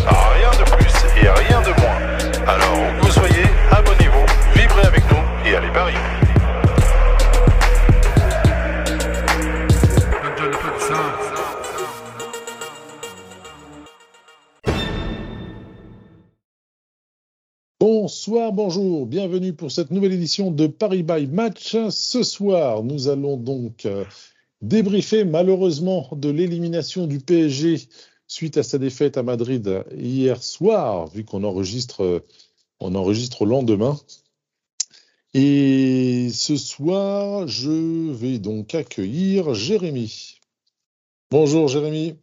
Rien de plus et rien de moins. Alors où que vous soyez, abonnez-vous, vibrez avec nous et allez Paris. Bonsoir, bonjour, bienvenue pour cette nouvelle édition de Paris by Match. Ce soir, nous allons donc débriefer malheureusement de l'élimination du PSG suite à sa défaite à Madrid hier soir, vu qu'on enregistre au lendemain. Et ce soir, je vais donc accueillir Jérémy. Bonjour Jérémy.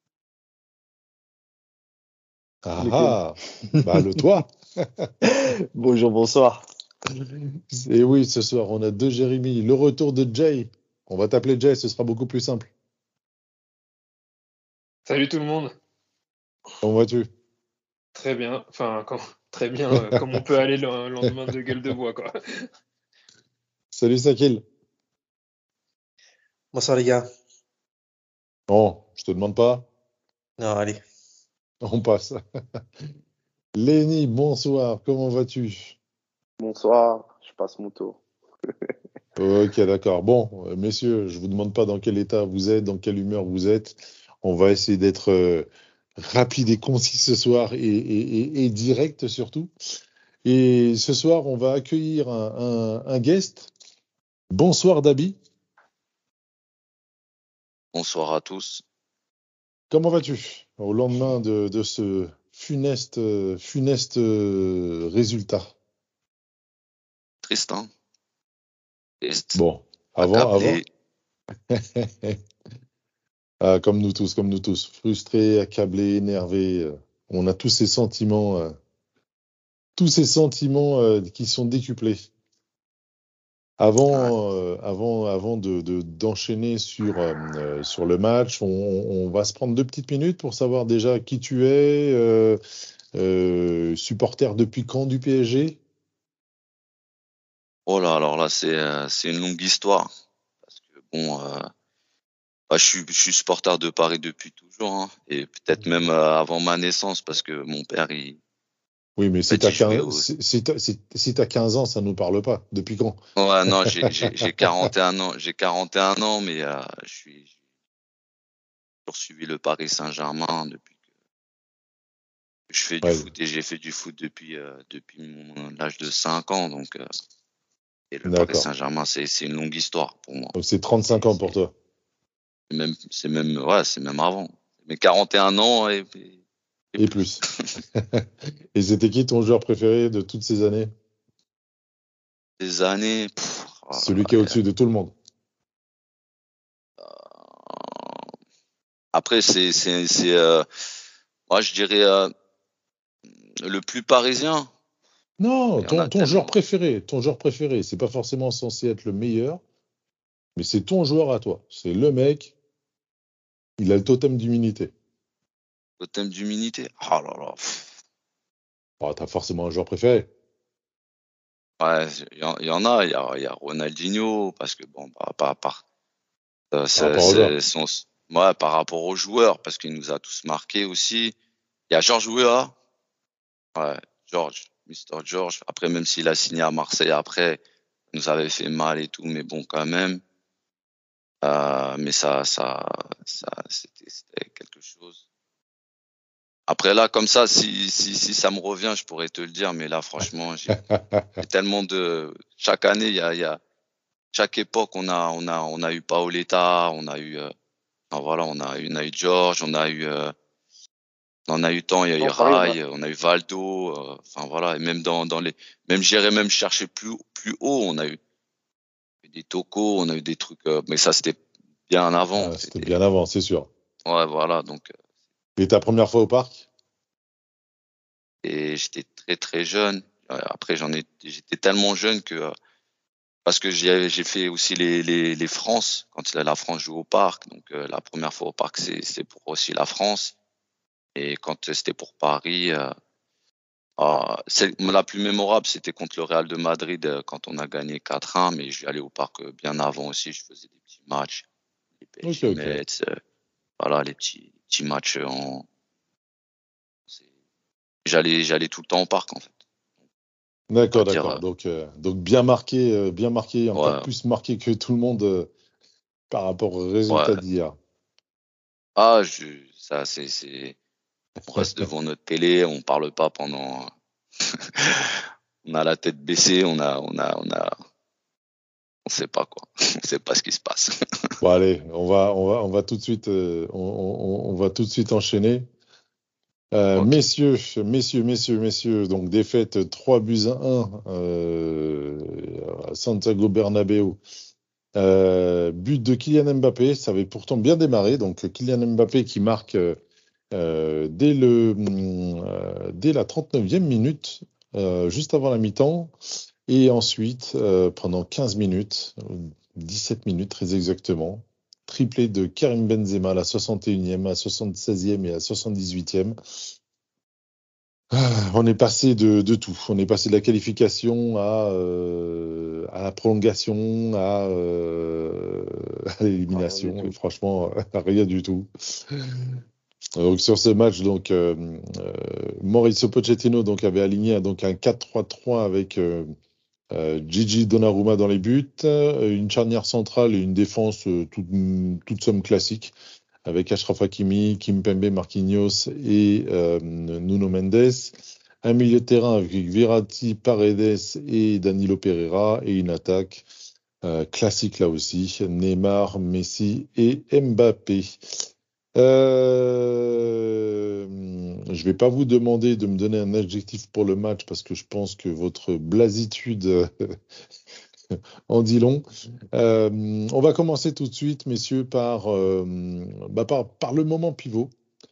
Ah, bah le toi. Bonjour, bonsoir. Et oui, ce soir, on a deux Jérémy. Le retour de Jay. On va t'appeler Jay, ce sera beaucoup plus simple. Salut tout le monde. Comment vas-tu? Très bien. Enfin, très bien, comme on peut aller le lendemain de gueule de bois, quoi. Salut Sakil. Bonsoir les gars. Bon, je te demande pas, Non, allez. on passe. Lenny, bonsoir, comment vas-tu? Bonsoir, je passe mon tour. Ok, d'accord. Bon, messieurs, je vous demande pas dans quel état vous êtes, dans quelle humeur vous êtes. On va essayer d'être rapide et concis ce soir et direct surtout. Et ce soir, on va accueillir un guest. Bonsoir Dabi. Bonsoir à tous. Comment vas-tu au lendemain de ce funeste résultat? Tristan. Triste. Bon, avant. Accablé. Ah, comme nous tous, frustrés, accablés, énervés. On a tous ces sentiments qui sont décuplés. Avant d'enchaîner sur le match, on va se prendre 2 petites minutes pour savoir déjà qui tu es, supporter depuis quand du PSG? Oh là, alors là, c'est une longue histoire. Parce que bon, je suis supporter de Paris depuis toujours, hein, et peut-être même avant ma naissance, parce que mon père, Oui, mais si fait, il jouait t'as 15 ans, ça nous parle pas. Depuis quand? Ouais, non, j'ai 41 ans. J'ai 41 ans, mais j'ai toujours suivi le Paris Saint-Germain depuis que je fais du Ouais, foot, et j'ai fait du foot depuis l'âge de 5 ans. Donc, et le Paris d'accord. Saint-Germain, c'est une longue histoire pour moi. Donc c'est 35 ans pour toi. C'est même avant. Mais 41 ans et Et plus. Et c'était qui ton joueur préféré de toutes ces années? Des années. Celui qui est au-dessus de tout le monde. Après, moi je dirais le plus parisien. Non, Il y en a ton joueur tellement. préféré. C'est pas forcément censé être le meilleur, mais c'est ton joueur à toi. C'est le mec, il a le totem d'immunité. Totem d'humilité. Oh là là. Oh, t'as forcément un joueur préféré. Ouais, il y en a. Il y a Ronaldinho, parce que bon, Par rapport au joueur. par rapport aux joueurs, parce qu'il nous a tous marqués aussi. Il y a Georges Weah. Ouais, George, Mister George. Après, même s'il a signé à Marseille après, ça nous avait fait mal et tout, mais bon, quand même. Mais c'était quelque chose. Après là, comme ça, si ça me revient, je pourrais te le dire, mais là, franchement, j'ai tellement chaque année, chaque époque, on a eu Paoletta, on a eu, voilà, on a eu George, on a eu tant, il y a eu Non, Paris, Rai, on a eu Valdo, enfin voilà, et même même j'irais même chercher plus haut, on a eu des Toko, on a eu des trucs, mais ça c'était bien avant, Ah, c'était bien avant, c'est sûr. ouais, voilà, donc, Et ta première fois au parc? et j'étais très très jeune. Après j'étais tellement jeune que, parce que j'ai fait aussi les France, quand la France joue au parc, donc la première fois au parc c'est pour aussi la France, et quand c'était pour Paris. La plus mémorable, c'était contre le Real de Madrid, quand on a gagné 4-1, mais je suis allé au parc bien avant aussi. Je faisais des petits matchs, les Ok, PSG ok. Metz, voilà, les petits matchs j'allais tout le temps au parc en fait. D'accord, On va dire, d'accord. Donc bien marqué, encore ouais, plus marqué que tout le monde par rapport au ouais. résultat d'hier. Ah, ça c'est, on reste devant notre télé, on parle pas pendant, on a la tête baissée, on sait pas quoi, on sait pas ce qui se passe. Bon, allez, on va tout de suite, on va tout de suite enchaîner. Ok. Messieurs, donc défaite 3-1 à Santiago Bernabéu. But de Kylian Mbappé, ça avait pourtant bien démarré. Donc Kylian Mbappé qui marque dès la 39e minute, juste avant la mi-temps. Et ensuite, pendant 15 minutes, 17 minutes très exactement, triplé de Karim Benzema à la 61e, à 76e et à 78e. On est passé de tout. On est passé de la qualification à la prolongation, à l'élimination. Et franchement, rien du tout. Donc sur ce match, donc Mauricio Pochettino donc avait aligné donc un 4-3-3 avec Gigi Donnarumma dans les buts, une charnière centrale et une défense toute somme classique avec Achraf Hakimi, Kimpembe, Marquinhos et Nuno Mendes. Un milieu de terrain avec Verratti, Paredes et Danilo Pereira et une attaque classique là aussi, Neymar, Messi et Mbappé. Je vais pas vous demander de me donner un adjectif pour le match parce que je pense que votre blasitude en dit long. On va commencer tout de suite, messieurs, par le moment pivot.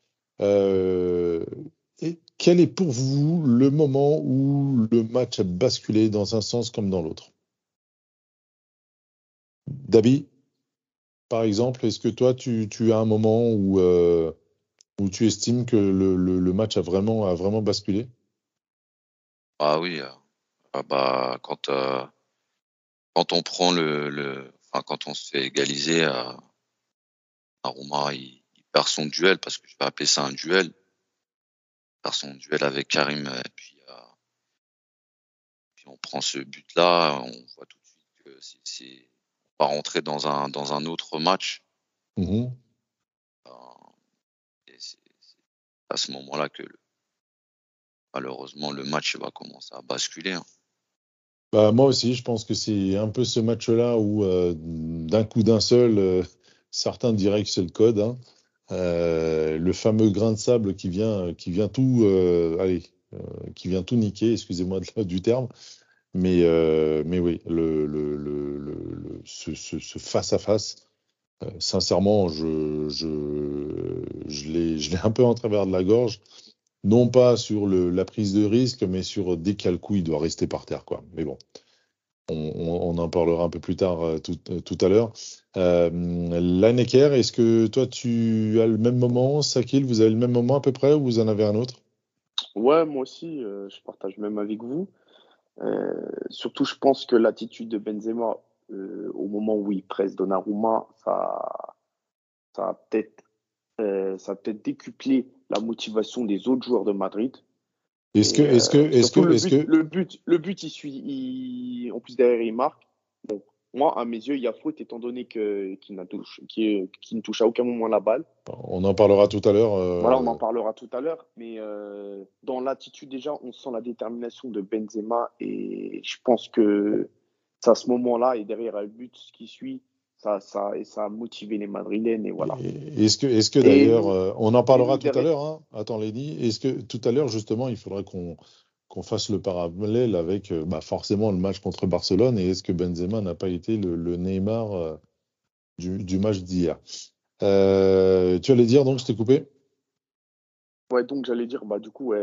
Et quel est pour vous le moment où le match a basculé dans un sens comme dans l'autre? Dabi, par exemple, est-ce que toi, tu as un moment où tu estimes que le match a vraiment basculé? Ah oui, quand on prend quand on se fait égaliser, Donnarumma, il perd son duel parce que je vais appeler ça un duel. Il perd son duel avec Karim et puis on prend ce but-là, on voit tout de suite que on va rentrer dans un autre match. Mhm. Et c'est à ce moment-là que malheureusement le match va commencer à basculer. Hein. Moi aussi, je pense que c'est un peu ce match-là où d'un coup d'un seul, certains diraient que c'est le code, hein. Le fameux grain de sable qui vient tout, qui vient tout niquer, excusez-moi du terme. Mais oui, ce face-à-face, sincèrement, je l'ai un peu en travers de la gorge. Non pas sur la prise de risque, mais sur dès qu'il y a le coup, il doit rester par terre, quoi. Mais bon, on en parlera un peu plus tard tout à l'heure. Laneker, est-ce que toi, tu as le même moment? Sakil, vous avez le même moment à peu près ou vous en avez un autre? Ouais, moi aussi, je partage même avec vous. Surtout, je pense que l'attitude de Benzema au moment où il presse Donnarumma, ça a peut-être décuplé la motivation des autres joueurs de Madrid. Surtout le but, en plus derrière, il marque. Bon, moi, à mes yeux, il y a faute étant donné qu'il ne touche à aucun moment la balle. On en parlera tout à l'heure. Voilà, on en parlera tout à l'heure. Mais dans l'attitude, déjà, on sent la détermination de Benzema. Et je pense que c'est à ce moment-là, et derrière le but qui suit, ça a motivé les Madrilènes. Et voilà. Est-ce que d'ailleurs, on en parlera tout à l'heure, hein. Attends, Lenny, est-ce que tout à l'heure, justement, il faudrait qu'on fasse le parallèle avec forcément le match contre Barcelone, et est-ce que Benzema n'a pas été le Neymar du match d'hier? Tu allais dire, donc, je t'ai coupé? Ouais, donc j'allais dire, du coup,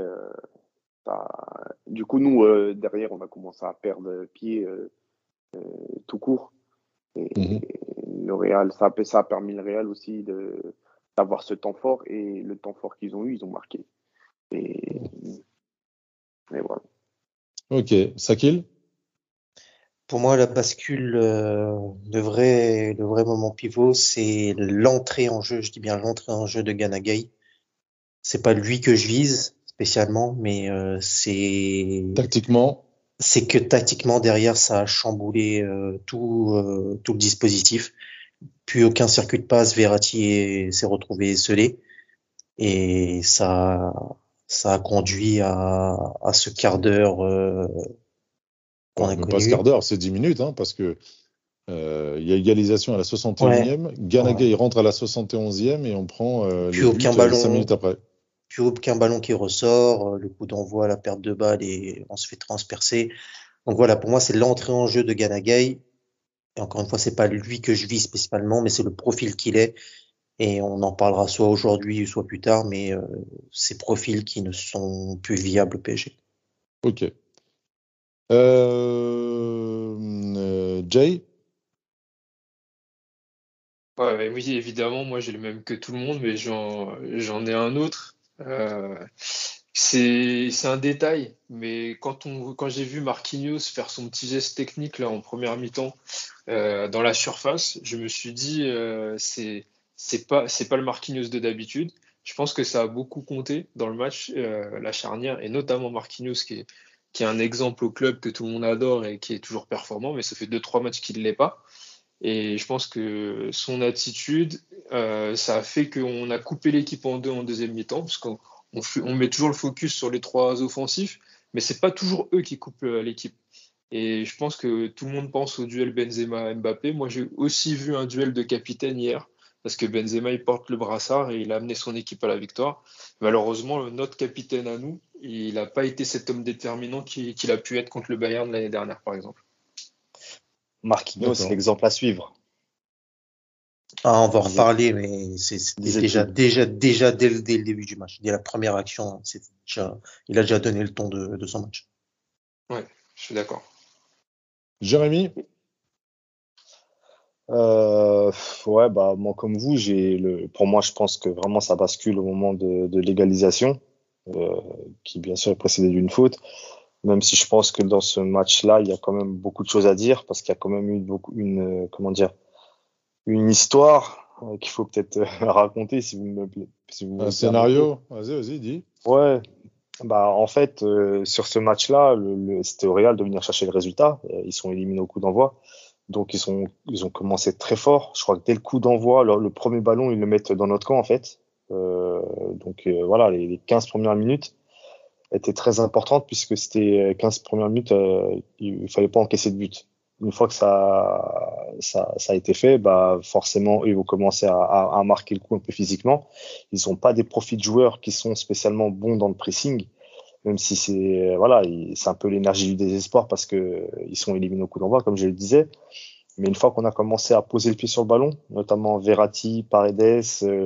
nous, derrière, on a commencé à perdre pied tout court. Et le Real, ça a permis le Real aussi d'avoir ce temps fort, et le temps fort qu'ils ont eu, ils ont marqué. Et voilà. Ok, Sakil? Pour moi, la bascule, le vrai moment pivot, c'est l'entrée en jeu. Je dis bien l'entrée en jeu de Gana Gueye. C'est pas lui que je vise, spécialement, mais Tactiquement, c'est que tactiquement derrière ça a chamboulé tout le dispositif. Plus aucun circuit de passe, s'est retrouvé scellé et ça a conduit à ce quart d'heure qu'on a même pas ce quart connu. d'heure, c'est 10 minutes, hein, parce que il y a égalisation à la 61e, Ouais, Ganaga ouais. il rentre à la 71e et on prend Plus le but aucun 5 ballon, minutes après. plus aucun ballon qui ressort, le coup d'envoi, la perte de balle et on se fait transpercer. Donc voilà, pour moi c'est l'entrée en jeu de Ganagay. Et encore une fois, c'est pas lui que je vis spécialement, mais c'est le profil qu'il est. Et on en parlera soit aujourd'hui, soit plus tard, mais ces profils qui ne sont plus viables au PSG. Ok. Jay, Ouais, mais oui, évidemment, moi j'ai le même que tout le monde, mais j'en ai un autre. C'est un détail, mais quand j'ai vu Marquinhos faire son petit geste technique là en première mi-temps dans la surface, je me suis dit c'est pas le Marquinhos de d'habitude. Je pense que ça a beaucoup compté dans le match, la charnière, et notamment Marquinhos qui est un exemple au club que tout le monde adore et qui est toujours performant, mais ça fait 2 3 matchs qu'il ne l'est pas. Et je pense que son attitude, ça a fait qu'on a coupé l'équipe en deux en deuxième mi-temps, parce on met toujours le focus sur les trois offensifs, mais c'est pas toujours eux qui coupent l'équipe. Et je pense que tout le monde pense au duel Benzema-Mbappé. Moi, j'ai aussi vu un duel de capitaine hier, parce que Benzema, il porte le brassard et il a amené son équipe à la victoire. Malheureusement, notre capitaine à nous, il n'a pas été cet homme déterminant qu'il a pu être contre le Bayern l'année dernière, par exemple. Marquinhos, c'est d'accord. l'exemple à suivre, Ah, on va en disait, reparler, mais c'était disait-il. déjà dès le début du match, dès la première action, il a déjà donné le ton de son match. Ouais, je suis d'accord. Jérémy, Ouais, bah moi comme vous, pour moi, je pense que vraiment ça bascule au moment de l'égalisation, euh, qui bien sûr est précédée d'une faute. Même si je pense que dans ce match-là, il y a quand même beaucoup de choses à dire, parce qu'il y a quand même eu comment dire, une histoire qu'il faut peut-être raconter si vous me un le permettez. scénario, vas-y, dis. Ouais, bah en fait, sur ce match-là, c'était au Real de venir chercher le résultat. Ils sont éliminés au coup d'envoi. Donc ils ont commencé très fort. Je crois que dès le coup d'envoi, le premier ballon, ils le mettent dans notre camp en fait. Voilà, les 15 premières minutes étaient très importantes puisque c'était 15 premières minutes, il fallait pas encaisser de but. Une fois que ça a été fait, bah forcément ils vont commencer à marquer le coup un peu physiquement. Ils n'ont pas des profils de joueurs qui sont spécialement bons dans le pressing, même si voilà, c'est un peu l'énergie du désespoir parce que ils sont éliminés au coup d'envoi, comme je le disais. Mais une fois qu'on a commencé à poser le pied sur le ballon, notamment Verratti, Paredes,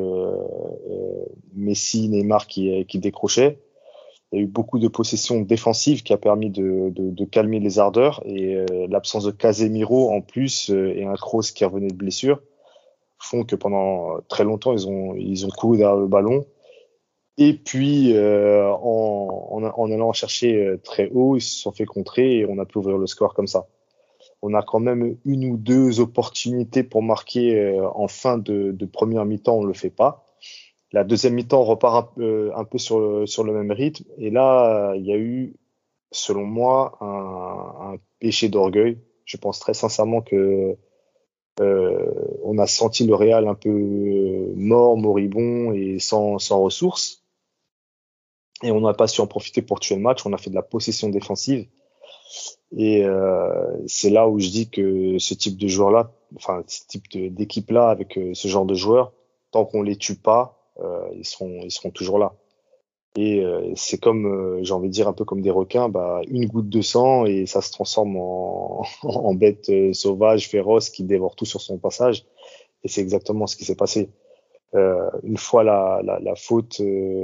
Messi, Neymar qui décrochaient, il y a eu beaucoup de possessions défensives qui a permis de calmer les ardeurs et l'absence de Casemiro en plus et un Kroos qui revenait de blessure font que pendant très longtemps ils ont couru derrière le ballon. Et puis, en allant chercher très haut, ils se sont fait contrer et on a pu ouvrir le score comme ça. On a quand même une ou deux opportunités pour marquer en fin de première mi-temps, on le fait pas. La deuxième mi-temps, on repart un peu sur le même rythme. Et là, il y a eu, selon moi, un péché d'orgueil. Je pense très sincèrement que on a senti le Real un peu mort, moribond et sans ressources. Et on n'a pas su en profiter pour tuer le match. On a fait de la possession défensive. Et c'est là où je dis que ce type de joueur-là, enfin ce type d'équipe-là, avec ce genre de joueurs, tant qu'on les tue pas, ils seront toujours là. Et c'est comme, j'ai envie de dire, un peu comme des requins, bah, une goutte de sang et ça se transforme en bête sauvage, féroce, qui dévore tout sur son passage. Et c'est exactement ce qui s'est passé. Une fois la faute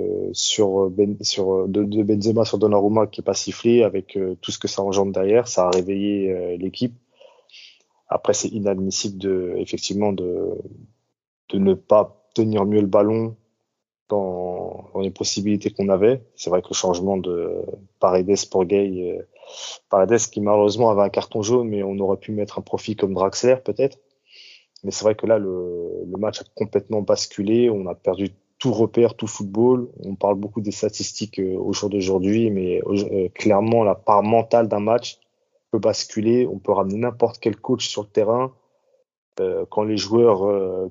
de Benzema sur Donnarumma qui est pas sifflée, avec tout ce que ça engendre derrière, ça a réveillé l'équipe. Après, c'est inadmissible effectivement de ne pas tenir mieux le ballon dans les possibilités qu'on avait. C'est vrai que le changement de Paredes pour Gay, Paredes qui malheureusement avait un carton jaune, mais on aurait pu mettre un profil comme Draxler peut-être. Mais c'est vrai que là, le match a complètement basculé. On a perdu tout repère, tout football. On parle beaucoup des statistiques au jour d'aujourd'hui, mais clairement, la part mentale d'un match peut basculer. On peut ramener n'importe quel coach sur le terrain. Quand les joueurs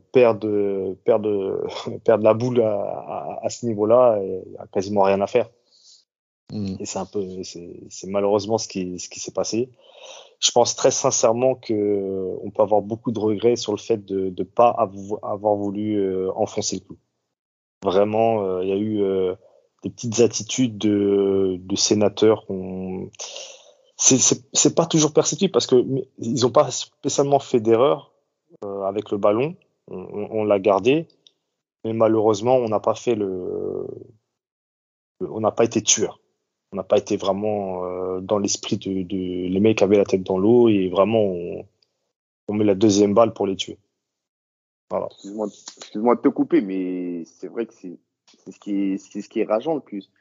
perdent la boule à ce niveau-là, il n'y a quasiment rien à faire. Et c'est malheureusement ce qui s'est passé. Je pense très sincèrement que on peut avoir beaucoup de regrets sur le fait de ne pas avoir voulu enfoncer le clou. Vraiment, il y a eu des petites attitudes de sénateurs. C'est pas toujours perceptible parce que ils n'ont pas spécialement fait d'erreur avec le ballon. On l'a gardé, mais malheureusement, on n'a pas été tueur. On n'a pas été vraiment dans l'esprit de les mecs avaient la tête dans l'eau et vraiment on met la deuxième balle pour les tuer. Voilà. Excuse-moi de te couper, mais c'est vrai que c'est ce qui est rageant le plus.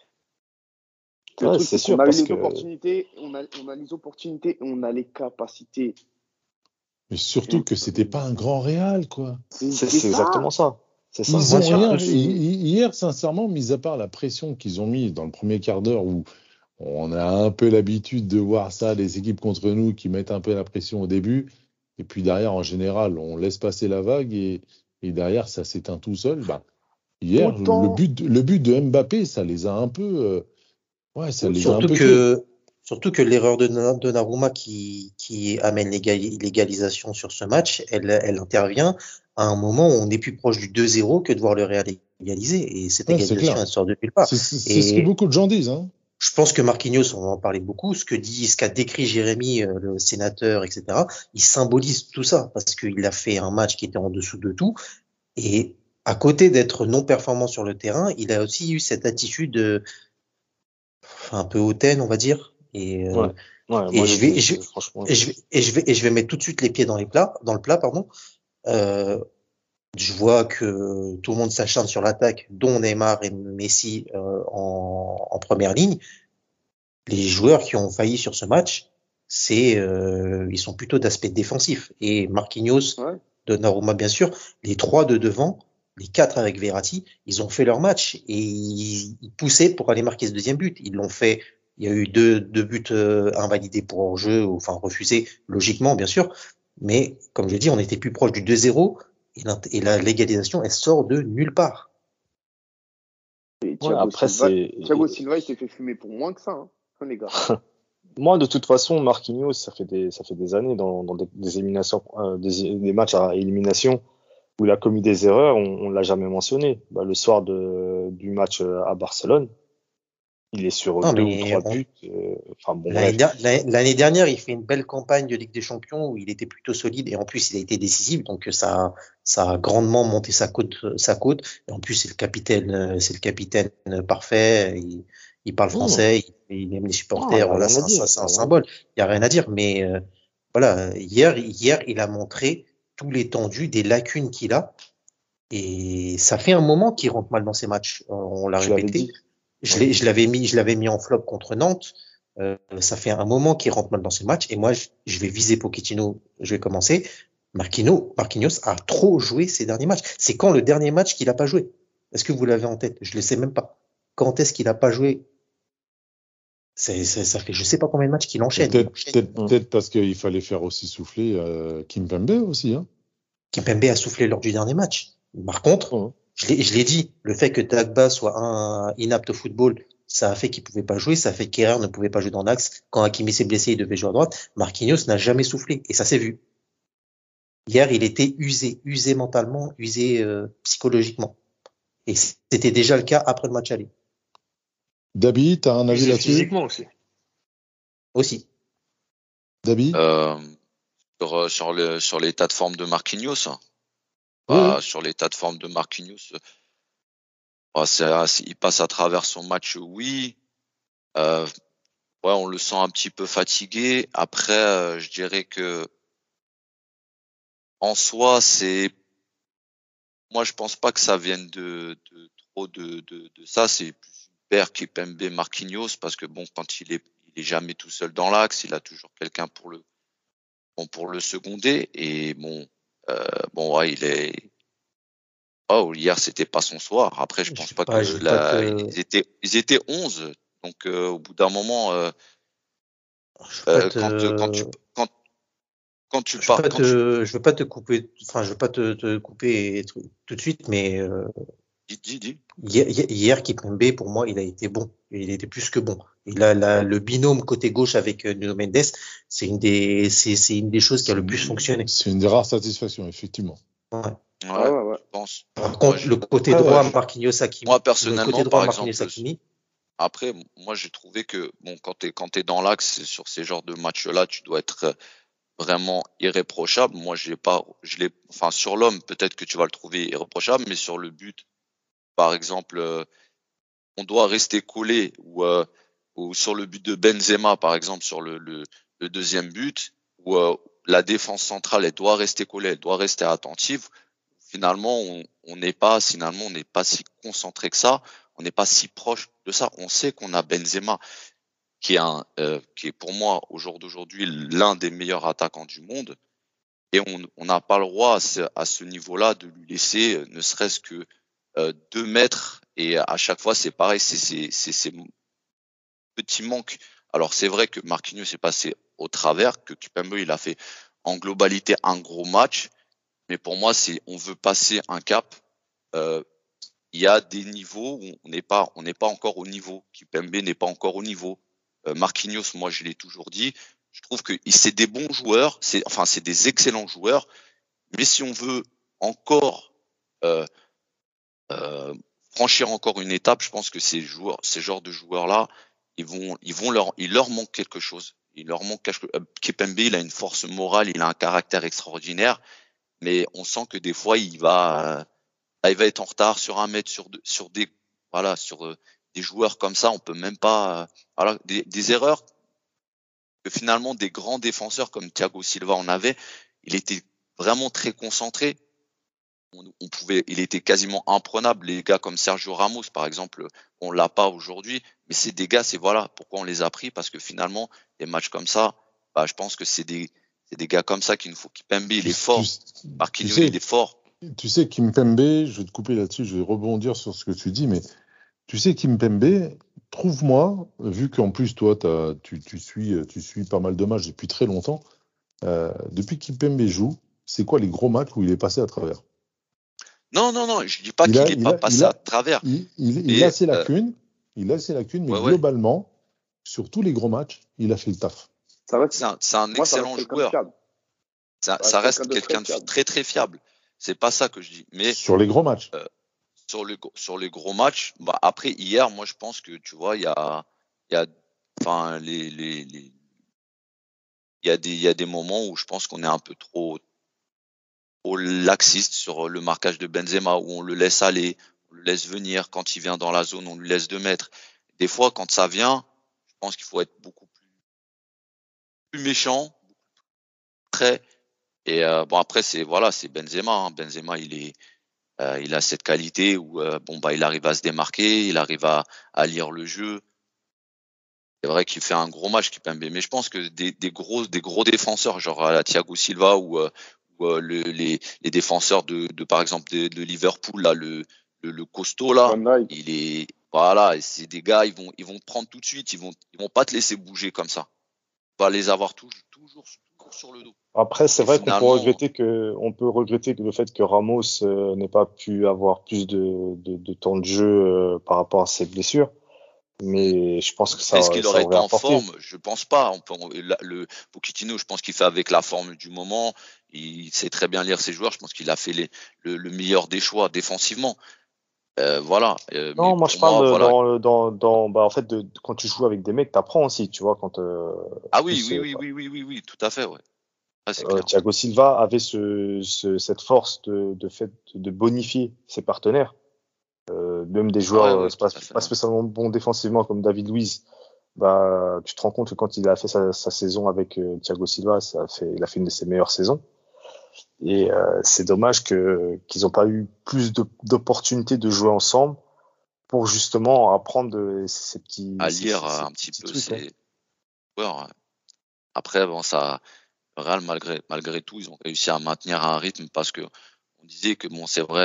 C'est sûr, on a eu parce les que opportunités, on a les opportunités, on a les capacités. Mais surtout que c'était pas un grand Real, quoi. c'est exactement ça. C'est ça. Ils ont rien. surtout, Hier, sincèrement, mis à part la pression qu'ils ont mis dans le premier quart d'heure où on a un peu l'habitude de voir ça, les équipes contre nous qui mettent un peu la pression au début, et puis derrière, en général, on laisse passer la vague et derrière, ça s'éteint tout seul. Bah, hier, le but de Mbappé, ça les a un peu, ça les a un peu tués. Surtout que l'erreur de Donnarumma qui amène l'égalisation sur ce match, elle intervient à un moment où on est plus proche du 2-0 que de voir le Real égaliser. Et cette Ouais, c'est égalisation, clair. elle sort de nulle part. C'est ce que beaucoup de gens disent, hein. Je pense que Marquinhos, on en parlait beaucoup, ce qu'a décrit Jérémy, le sénateur, etc., il symbolise tout ça parce qu'il a fait un match qui était en dessous de tout. Et à côté d'être non performant sur le terrain, il a aussi eu cette attitude un peu hautaine, on va dire. Et je vais mettre tout de suite les pieds dans le plat, pardon. Je vois que tout le monde s'acharne sur l'attaque, dont Neymar et Messi en première ligne. Les joueurs qui ont failli sur ce match, ils sont plutôt d'aspect défensif. Et Marquinhos, Donnarumma bien sûr, les trois de devant, les quatre avec Verratti, ils ont fait leur match et ils poussaient pour aller marquer ce deuxième but. Ils l'ont fait. Il y a eu deux buts invalidés pour hors-jeu, enfin refusés logiquement bien sûr. Mais comme je dis, on était plus proche du 2-0 et la légalisation, elle sort de nulle part. Et Thiago Silva, il s'est fait fumer pour moins que ça, hein, les gars. Moi, de toute façon, Marquinhos, ça fait des années dans des éliminations, des matchs à élimination où il a commis des erreurs, on l'a jamais mentionné. Le soir du match à Barcelone, il est sur 2 ou 3 buts. L'année dernière, il fait une belle campagne de Ligue des Champions où il était plutôt solide et en plus il a été décisif, donc ça a grandement monté sa cote. Et en plus c'est le capitaine parfait. Il parle français, il aime les supporters. Voilà, c'est un symbole. Il y a rien à dire, mais voilà, hier il a montré tout l'étendue des lacunes qu'il a et ça fait un moment qu'il rentre mal dans ses matchs. On l'a répété. Je l'avais mis en flop contre Nantes. Ça fait un moment qu'il rentre mal dans ses matchs et moi je vais viser Pochettino. Je vais commencer. Marquinhos a trop joué ces derniers matchs. C'est quand le dernier match qu'il a pas joué? Est-ce que vous l'avez en tête? Je le sais même pas. Quand est-ce qu'il a pas joué? Ça fait je sais pas combien de matchs qu'il enchaîne. Peut-être parce qu'il fallait faire aussi souffler Kimpembe aussi, hein. Kimpembe a soufflé lors du dernier match. Par contre, je l'ai dit, le fait que Dagba soit inapte au football, ça a fait qu'il pouvait pas jouer, ça a fait qu'Herrera ne pouvait pas jouer dans l'axe. Quand Hakimi s'est blessé, il devait jouer à droite. Marquinhos n'a jamais soufflé et ça s'est vu. Hier, il était usé mentalement, usé psychologiquement. Et c'était déjà le cas après le match aller. Dabi, t'as un avis là-dessus? Physiquement aussi. Aussi. Dabi? Sur l'état de forme de Marquinhos. Sur l'état de forme de Marquinhos, il passe à travers son match, oui. On le sent un petit peu fatigué. Après, je dirais que en soi, moi, je pense pas que ça vienne de trop de ça. C'est plus une paire Kimpembe Marquinhos parce que bon, quand il est jamais tout seul dans l'axe, il a toujours quelqu'un pour le seconder et il est Oh, hier, c'était pas son soir. Après, je pense pas que Je vais pas ils étaient 11. Donc, au bout d'un moment, je veux pas quand tu, te, quand, quand tu pars, je veux pas te couper, enfin, je veux pas te couper tout de suite, mais dis. hier, Kimpembe, pour moi, il a été bon. Il était plus que bon. Le binôme côté gauche avec Nuno Mendes, c'est une des choses qui a le plus fonctionné. C'est une des rares satisfactions, effectivement. Ouais. Ah Ouais, ouais. je pense. Par Moi, contre, le côté droit, Marquinhos Hakimi, moi, le personnellement, côté droit, par Marquinhos exemple, Hakimi, après, moi, j'ai trouvé que, bon, quand t'es dans l'axe, sur ces genres de matchs-là, tu dois être vraiment irréprochable. Moi, enfin, sur l'homme, peut-être que tu vas le trouver irréprochable, mais sur le but, par exemple, on doit rester collé ou sur le but de Benzema, par exemple, sur le deuxième but, où la défense centrale, elle doit rester collée, elle doit rester attentive. Finalement, on n'est pas si concentré que ça, on n'est pas si proche de ça. On sait qu'on a Benzema, qui est pour moi, au jour d'aujourd'hui, l'un des meilleurs attaquants du monde. Et on n'a pas le droit à ce niveau-là de lui laisser ne serait-ce que 2 mètres. Et à chaque fois, c'est pareil, c'est ces petits manques. Alors c'est vrai que Marquinhos est passé au travers, que Kimpembe il a fait en globalité un gros match. Mais pour moi, on veut passer un cap. Euh, il y a des niveaux où on n'est pas encore au niveau. Kimpembe n'est pas encore au niveau. Marquinhos, moi je l'ai toujours dit, je trouve que c'est des bons joueurs, c'est des excellents joueurs, mais si on veut encore euh, euh, franchir encore une étape, je pense que ces genres de joueurs-là, il leur manque quelque chose. Il leur manque quelque chose. Kimpembe, il a une force morale, il a un caractère extraordinaire, mais on sent que des fois, il va être en retard sur un mètre, sur des, voilà, sur des joueurs comme ça, on peut même pas, voilà, des erreurs que finalement des grands défenseurs comme Thiago Silva en avait. Il était vraiment très concentré. Il était quasiment imprenable. Les gars comme Sergio Ramos, par exemple, on l'a pas aujourd'hui, mais c'est des gars, c'est voilà pourquoi on les a pris, parce que finalement, des matchs comme ça, bah, je pense que c'est des gars comme ça qu'il nous faut. Kimpembe, il est fort. Marquinhos, il est fort. Tu sais, Kimpembe, je vais te couper là-dessus, je vais rebondir sur ce que tu dis, mais tu sais, Kimpembe, trouve-moi, vu qu'en plus, toi, tu suis pas mal de matchs depuis très longtemps, depuis que Kimpembe joue, c'est quoi les gros matchs où il est passé à travers? Non, je dis pas qu'il n'est pas passé à travers. Il a ses lacunes, mais ouais. globalement, sur tous les gros matchs, il a fait le taf. C'est un excellent joueur. Ça reste quelqu'un de très très fiable. C'est pas ça que je dis. Mais sur les gros matchs. Sur les gros matchs, bah après hier, moi je pense que tu vois, il y a, enfin il y a des moments où je pense qu'on est un peu trop laxiste sur le marquage de Benzema, où on le laisse aller, on le laisse venir. Quand il vient dans la zone, on lui laisse 2 mètres. Des fois, quand ça vient, je pense qu'il faut être beaucoup plus méchant, très. Et bon après c'est Benzema. Hein. Benzema il a cette qualité où bon bah il arrive à se démarquer, il arrive à lire le jeu. C'est vrai qu'il fait un gros match Kimpembe, mais je pense que des gros défenseurs genre la Thiago Silva ou les défenseurs de par exemple de Liverpool là le costaud là, il est voilà, c'est des gars ils vont te prendre tout de suite, ils vont pas te laisser bouger comme ça. Tu vas les avoir toujours sur le dos. Après, c'est vrai qu'on peut regretter que le fait que Ramos n'ait pas pu avoir plus de temps de jeu par rapport à ses blessures. Mais je pense que est-ce qu'il aurait été en apporté. forme? Je pense pas. Le Pochettino, je pense qu'il fait avec la forme du moment. Il sait très bien lire ses joueurs. Je pense qu'il a fait le meilleur des choix défensivement. Voilà. Non, moi je parle en fait quand tu joues avec des mecs, t'apprends aussi, tu vois, quand. Ah oui, tout à fait, ouais. Ah, c'est clair. Thiago Silva avait cette force de bonifier ses partenaires. Même des joueurs pas spécialement bons défensivement comme David Luiz, bah tu te rends compte que quand il a fait sa saison avec Thiago Silva, il a fait une de ses meilleures saisons. Et c'est dommage qu'ils n'ont pas eu plus d'opportunités de jouer ensemble pour justement apprendre ces petits à lire un petit peu ces joueurs. Après bon ça Real malgré tout ils ont réussi à maintenir un rythme parce que on disait que bon c'est vrai on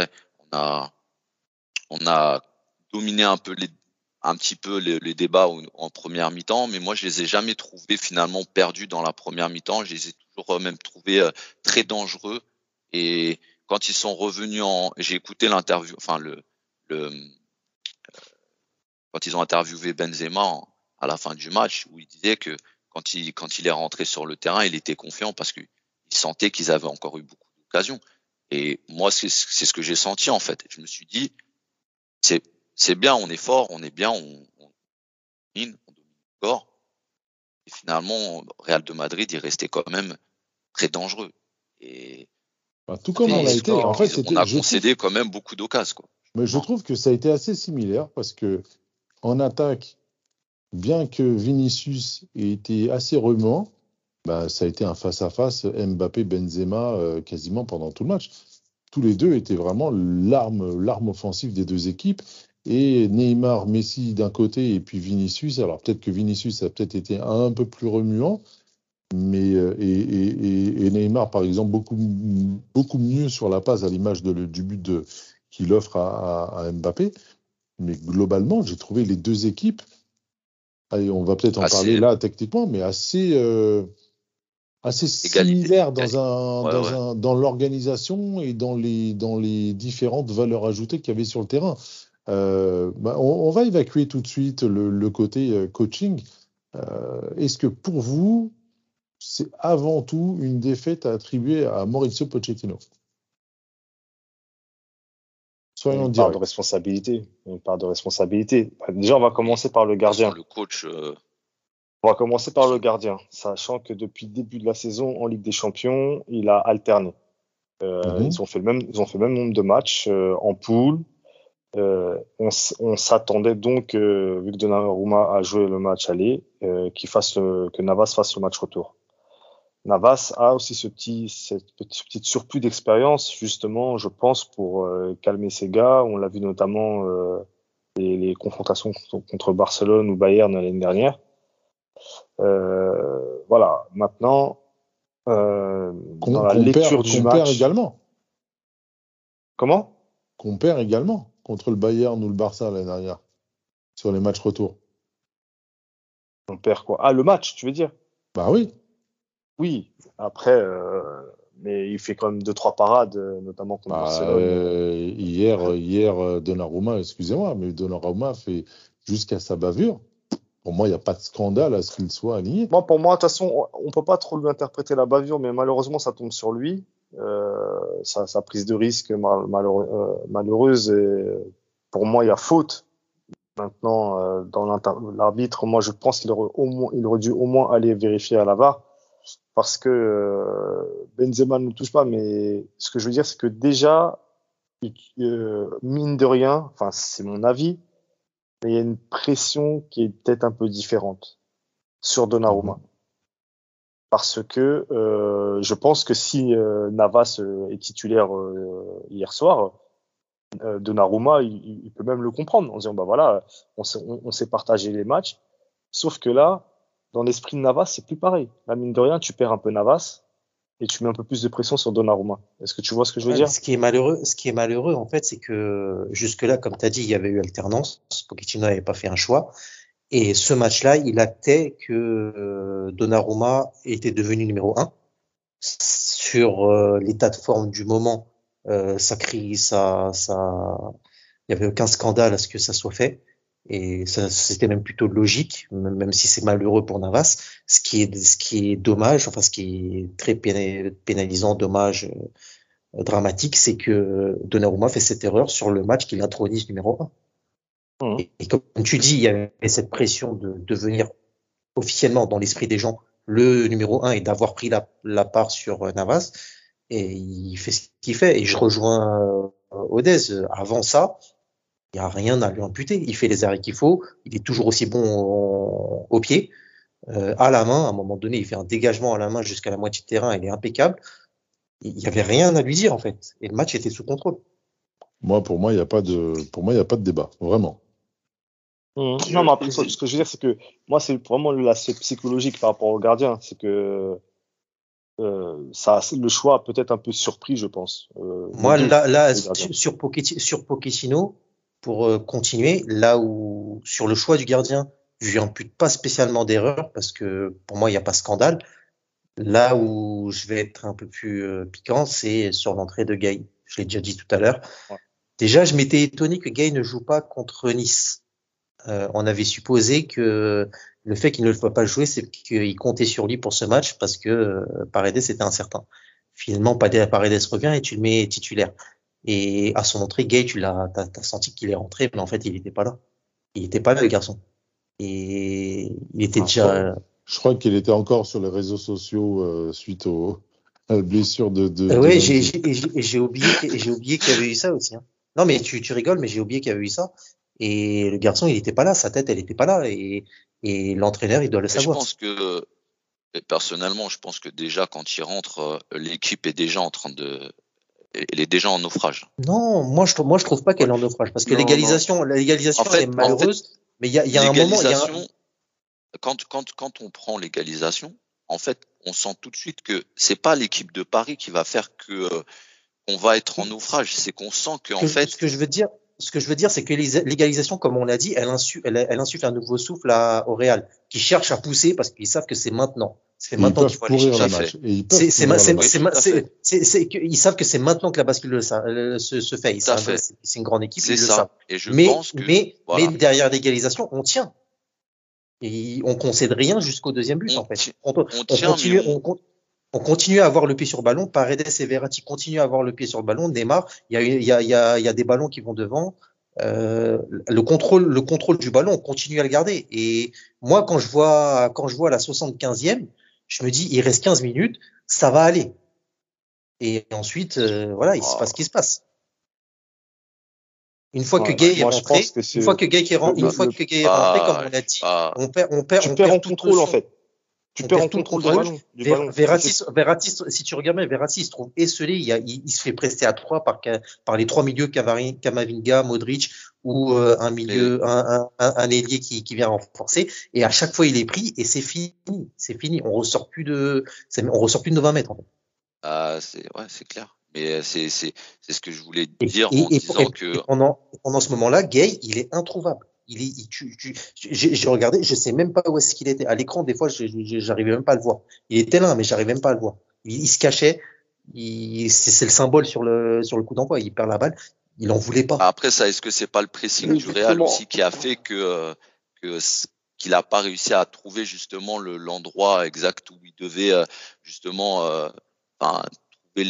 a, on a dominé un petit peu les débats en première mi-temps, mais moi je les ai jamais trouvés finalement perdus dans la première mi-temps. Je les ai toujours même trouvés très dangereux. Et quand ils sont revenus j'ai écouté l'interview, enfin quand ils ont interviewé Benzema à la fin du match, où il disait que quand il est rentré sur le terrain, il était confiant parce qu'il sentait qu'ils avaient encore eu beaucoup d'occasions. Et moi, c'est ce que j'ai senti en fait. Je me suis dit, c'est bien, on est fort, on est bien, on domine le score. Et finalement, Real de Madrid, il restait quand même très dangereux. Et tout comme on l'a été. En fait, on a concédé quand même beaucoup d'occasions, quoi. Mais je trouve que ça a été assez similaire parce que en attaque, bien que Vinicius ait été assez remuant, ça a été un face-à-face Mbappé-Benzema quasiment pendant tout le match. Tous les deux étaient vraiment l'arme offensive des deux équipes. Et Neymar, Messi d'un côté et puis Vinicius. Alors peut-être que Vinicius a peut-être été un peu plus remuant, mais et Neymar par exemple beaucoup mieux sur la passe à l'image du but qu'il offre à Mbappé. Mais globalement, j'ai trouvé les deux équipes. Allez, on va peut-être en parler là techniquement, mais assez similaires dans l'organisation et dans les différentes valeurs ajoutées qu'il y avait sur le terrain. On va évacuer tout de suite le côté coaching. Est-ce que pour vous, c'est avant tout une défaite à attribuer à Mauricio Pochettino? Soyons une part de responsabilité. Déjà, on va commencer par le gardien. Le coach. On va commencer par le gardien, sachant que depuis le début de la saison en Ligue des Champions, il a alterné. Ils ont fait le même nombre de matchs en poule. On s'attendait donc, vu que Donnarumma a joué le match aller, que Navas fasse le match retour. Navas a aussi ce petit surplus d'expérience, justement, je pense, pour calmer ses gars. On l'a vu notamment les confrontations contre Barcelone ou Bayern l'année dernière. Voilà. Maintenant, dans la lecture du match, perd également. Comment? Qu'on perd également contre le Bayern ou le Barça l'année dernière sur les matchs retour. On perd quoi? Ah, le match, tu veux dire? Bah oui. Oui. Après, mais il fait quand même 2-3 parades, notamment contre Barcelone. Hier, Donnarumma, excusez-moi, mais Donnarumma fait jusqu'à sa bavure. Pour moi, il n'y a pas de scandale à ce qu'il soit aligné. Pour moi, de toute façon, on ne peut pas trop lui interpréter la bavure, mais malheureusement, ça tombe sur lui. Sa prise de risque malheureuse. Et pour moi, il y a faute. Maintenant, dans l'arbitre, moi, je pense qu'il aurait dû au moins aller vérifier à la VAR. Parce que Benzema ne nous touche pas, mais ce que je veux dire, c'est que déjà, mine de rien, enfin, c'est mon avis, mais il y a une pression qui est peut-être un peu différente sur Donnarumma. Parce que je pense que si Navas est titulaire hier soir, Donnarumma, il peut même le comprendre en disant voilà, on s'est partagé les matchs. Sauf que là, dans l'esprit de Navas, c'est plus pareil. Là, mine de rien, tu perds un peu Navas et tu mets un peu plus de pression sur Donnarumma. Est-ce que tu vois ce que je veux dire? Ce qui est malheureux, en fait, c'est que jusque-là, comme tu as dit, il y avait eu alternance. Pochettino n'avait pas fait un choix. Et ce match-là, il actait que Donnarumma était devenu numéro 1 sur l'état de forme du moment. Il y avait aucun scandale à ce que ça soit fait. Et ça, c'était même plutôt logique, même si c'est malheureux pour Navas. Ce qui est dommage, enfin, ce qui est très pénalisant, dommage, dramatique, c'est que Donnarumma fait cette erreur sur le match qu'il intronise numéro 1. Et comme tu dis, il y avait cette pression de devenir officiellement dans l'esprit des gens le numéro 1 et d'avoir pris la part sur Navas. Et il fait ce qu'il fait. Et je rejoins Odez. Avant ça, il n'y a rien à lui imputer. Il fait les arrêts qu'il faut. Il est toujours aussi bon au pied. À la main, à un moment donné, il fait un dégagement à la main jusqu'à la moitié de terrain. Il est impeccable. Il n'y avait rien à lui dire, en fait. Et le match était sous contrôle. Pour moi, il n'y a pas de débat. Vraiment. Non, mais après, ce que je veux dire, c'est que moi, c'est vraiment l'aspect psychologique par rapport au gardien. C'est que le choix a peut-être un peu surpris, je pense. Moi, les deux, là, les gardiens. sur Pochettino, pour continuer, là où, sur le choix du gardien, je lui impute pas spécialement d'erreur parce que pour moi, il n'y a pas scandale. Là où je vais être un peu plus piquant, c'est sur l'entrée de Gay. Je l'ai déjà dit tout à l'heure. Ouais. Déjà, je m'étais étonné que Gay ne joue pas contre Nice. On avait supposé que le fait qu'il ne le soit pas jouer, c'est qu'il comptait sur lui pour ce match parce que Paredes était incertain. Finalement, Paredes revient et tu le mets titulaire. Et à son entrée, Gay, t'as senti qu'il est rentré, mais en fait, il n'était pas là. Il n'était pas là, le garçon. Et il était déjà. Je crois qu'il était encore sur les réseaux sociaux suite à la blessure de Ouais, Memphis. j'ai oublié qu'il y avait eu ça aussi. Hein. Non, mais tu rigoles, mais j'ai oublié qu'il y avait eu ça. Et le garçon, il n'était pas là, sa tête, elle n'était pas là. Et l'entraîneur, il doit le Et je savoir. pense que, et personnellement, je pense que déjà quand il rentre, l'équipe est déjà en train de, elle est déjà en naufrage. Non, moi je trouve pas qu'elle est en naufrage parce que Non, l'égalisation, En elle est fait, malheureuse. Mais il y a un moment, l'égalisation, quand on prend l'égalisation, en fait, on sent tout de suite que c'est pas l'équipe de Paris qui va faire que on va être en naufrage. C'est qu'on sent que en fait, ce que je veux dire, c'est que l'égalisation, comme on l'a dit, elle insuffle un nouveau souffle au Real, qui cherche à pousser parce qu'ils savent que c'est maintenant. C'est Et ils maintenant peuvent qu'il faut aller pourrir chercher. le match. Et ils C'est, peuvent c'est, pourrir c'est, le match. c'est, ils savent que c'est maintenant que la bascule se fait. Tout à fait. C'est une grande équipe, c'est ils le ça. savent. Et je Mais, pense que voilà, mais derrière l'égalisation, on tient. Et on concède rien jusqu'au deuxième but, en fait. On tient, continue, mais on continue à avoir le pied sur le ballon. Paredes et Verratti continuent à avoir le pied sur le ballon. Neymar, il y a des ballons qui vont devant. Le contrôle du ballon, on continue à le garder. Et moi, quand je vois la 75e, je me dis, il reste 15 minutes, ça va aller. Et ensuite, voilà, il se passe ce qui se passe. Une fois que Gay est rentré, une fois que Gay est rentré, comme on a dit, on perd en contrôle, en fait. Tu perds en contrôle du ballon. Verratti, si tu regardes bien, Verratti se trouve esselé. Il se fait presser à 3 par les 3 milieux Camavinga, Modric ou un milieu, un ailier qui vient renforcer. Et à chaque fois, il est pris et c'est fini. C'est fini. On ressort plus de nos 20 mètres. En fait. C'est clair. Mais c'est ce que je voulais dire en disant que pendant ce moment-là, Gay, il est introuvable. J'ai regardé, je sais même pas où est-ce qu'il était. À l'écran, des fois, j'arrivais même pas à le voir. Il était là, mais j'arrivais même pas à le voir. Il se cachait. C'est le symbole sur le coup d'envoi. Il perd la balle. Il en voulait pas. Après ça, est-ce que c'est pas le pressing du Real aussi qui a fait qu'il a pas réussi à trouver justement l'endroit exact où il devait justement trouver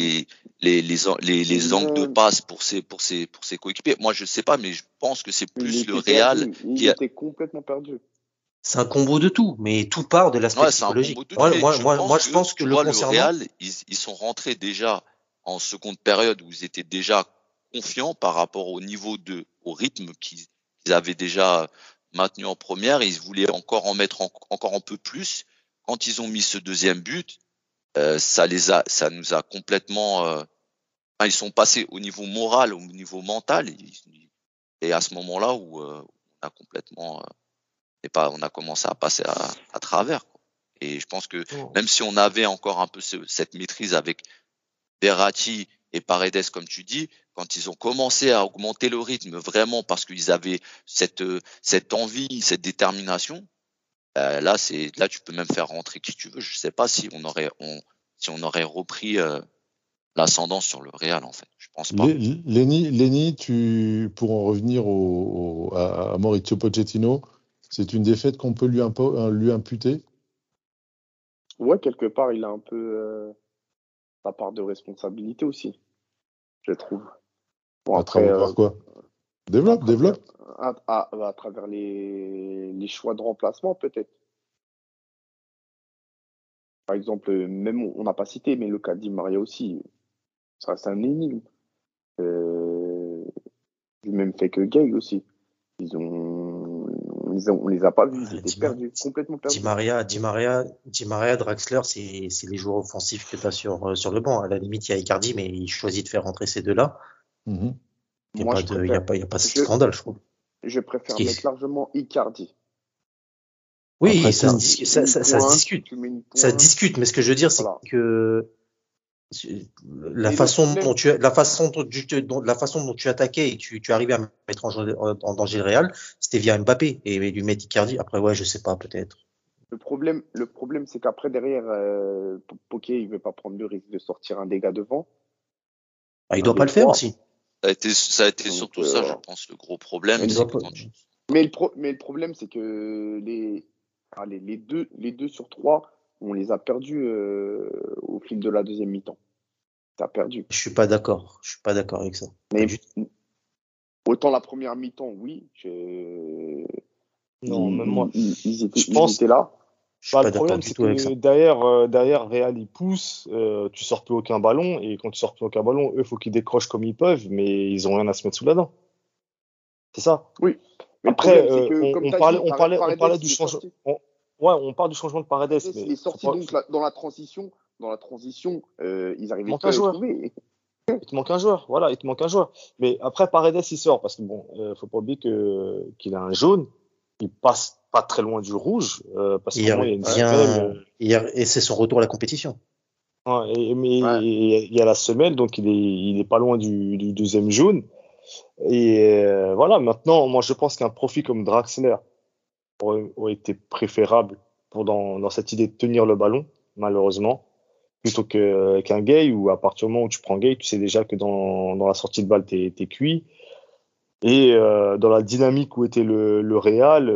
les angles de passe pour ses coéquipiers. Moi, je sais pas, mais je pense que c'est plus le Real qui était complètement perdu. C'est un combo de tout, mais tout part de l'aspect psychologique. Moi, je pense que le Real, ils sont rentrés déjà en seconde période où ils étaient déjà confiants par rapport au au rythme qu'ils avaient déjà maintenu en première. Ils voulaient encore en mettre encore un peu plus. Quand ils ont mis ce deuxième but, ça nous a complètement, ils sont passés au niveau moral, au niveau mental, et à ce moment-là où on a complètement, on a commencé à passer à travers, quoi. Et je pense que même si on avait encore un peu cette maîtrise avec Verratti et Paredes, comme tu dis, quand ils ont commencé à augmenter le rythme vraiment parce qu'ils avaient cette envie, cette détermination, là tu peux même faire rentrer qui tu veux. Je sais pas si on aurait repris l'ascendant sur le Real, en fait. Je pense pas. Lenny, pour en revenir à Mauricio Pochettino, c'est une défaite qu'on peut lui imputer? Ouais, quelque part, il a un peu sa part de responsabilité aussi, je trouve. Bon, à travers quoi? Développe. À travers les choix de remplacement, peut-être. Par exemple, même on n'a pas cité, mais le cas de Di Maria aussi, ça reste un énigme. Du même fait que Gay aussi. On les a pas vus, ils étaient perdus, complètement perdus. Di Maria, Draxler, c'est les joueurs offensifs que tu as sur le banc. À la limite, il y a Icardi, mais il choisit de faire rentrer ces deux-là. Mm-hmm. Il n'y a pas de scandale, je trouve. Je préfère mettre largement Icardi Oui, Après ça, tout, ça se discute. Tu mets une Ça se pointe. discute, mais ce que je veux dire, c'est Voilà. que la Mais le façon problème, dont la façon dont tu attaquais et tu arrivais à mettre en danger le Real, c'était via Mbappé et lui mettre Icardi. Après, ouais, je sais pas, peut-être. le problème, c'est qu'après, derrière, Poké, il veut pas prendre le risque de sortir un dégât devant. Ah, il Un, doit deux, pas le faire trois. aussi. Ça a été Donc, surtout ça, je pense, le gros problème, Il c'est doit que pas. mais le problème, c'est que les deux sur trois, on les a perdus au fil de la deuxième mi-temps. T'as perdu. Je suis pas d'accord. Je suis pas d'accord avec ça. Pas Mais du tout. autant la première mi-temps, oui, Non, même moi. ils Je pense, étaient là. Je suis le pas d'accord problème, du c'est tout avec ça. que derrière Real, ils poussent, tu sors plus aucun ballon, et quand tu sors plus aucun ballon, eux, faut qu'ils décrochent comme ils peuvent, mais ils ont rien à se mettre sous la dent. C'est ça. Oui. Mais Après, le problème, c'est que, comme on tu as parlait, dit, on parlait Paredes, du il est changement. sorti. Ouais, on parle du changement de Paredes, Paredes, mais il est faut sorti, pas, donc dans la transition, ils il te n'arrivaient manque plus un à les joueur. trouver. Il te manque un joueur. Voilà, il te manque un joueur. Mais après, Paredes, il sort parce que bon, faut pas oublier qu'il a un jaune. Il passe pas très loin du rouge, parce qu'au Hier, moins, il y a une Ouais. semelle. hier, et c'est son retour à la compétition. Ouais, Ouais. il y a la semelle, donc il est pas loin du deuxième jaune. Et voilà, maintenant, moi, je pense qu'un profil comme Draxler aurait été préférable dans cette idée de tenir le ballon, malheureusement, plutôt qu'un Gay, où à partir du moment où tu prends Gay, tu sais déjà que dans la sortie de balle, t'es cuit. Et dans la dynamique où était le Real,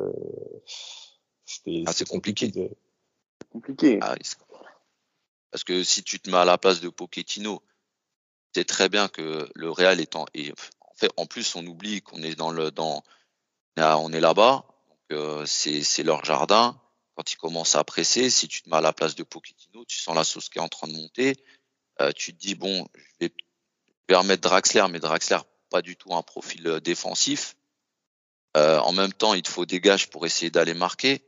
c'est c'était compliqué compliqué. Compliqué. Ah, parce que si tu te mets à la place de Pochettino, c'est très bien que le Real et en fait, en plus, on oublie qu'on est on est là-bas, donc c'est leur jardin. Quand ils commencent à presser, si tu te mets à la place de Pochettino, tu sens la sauce qui est en train de monter. Tu te dis bon, je vais remettre Draxler, mais Draxler pas du tout un profil défensif. En même temps, il te faut des gages pour essayer d'aller marquer.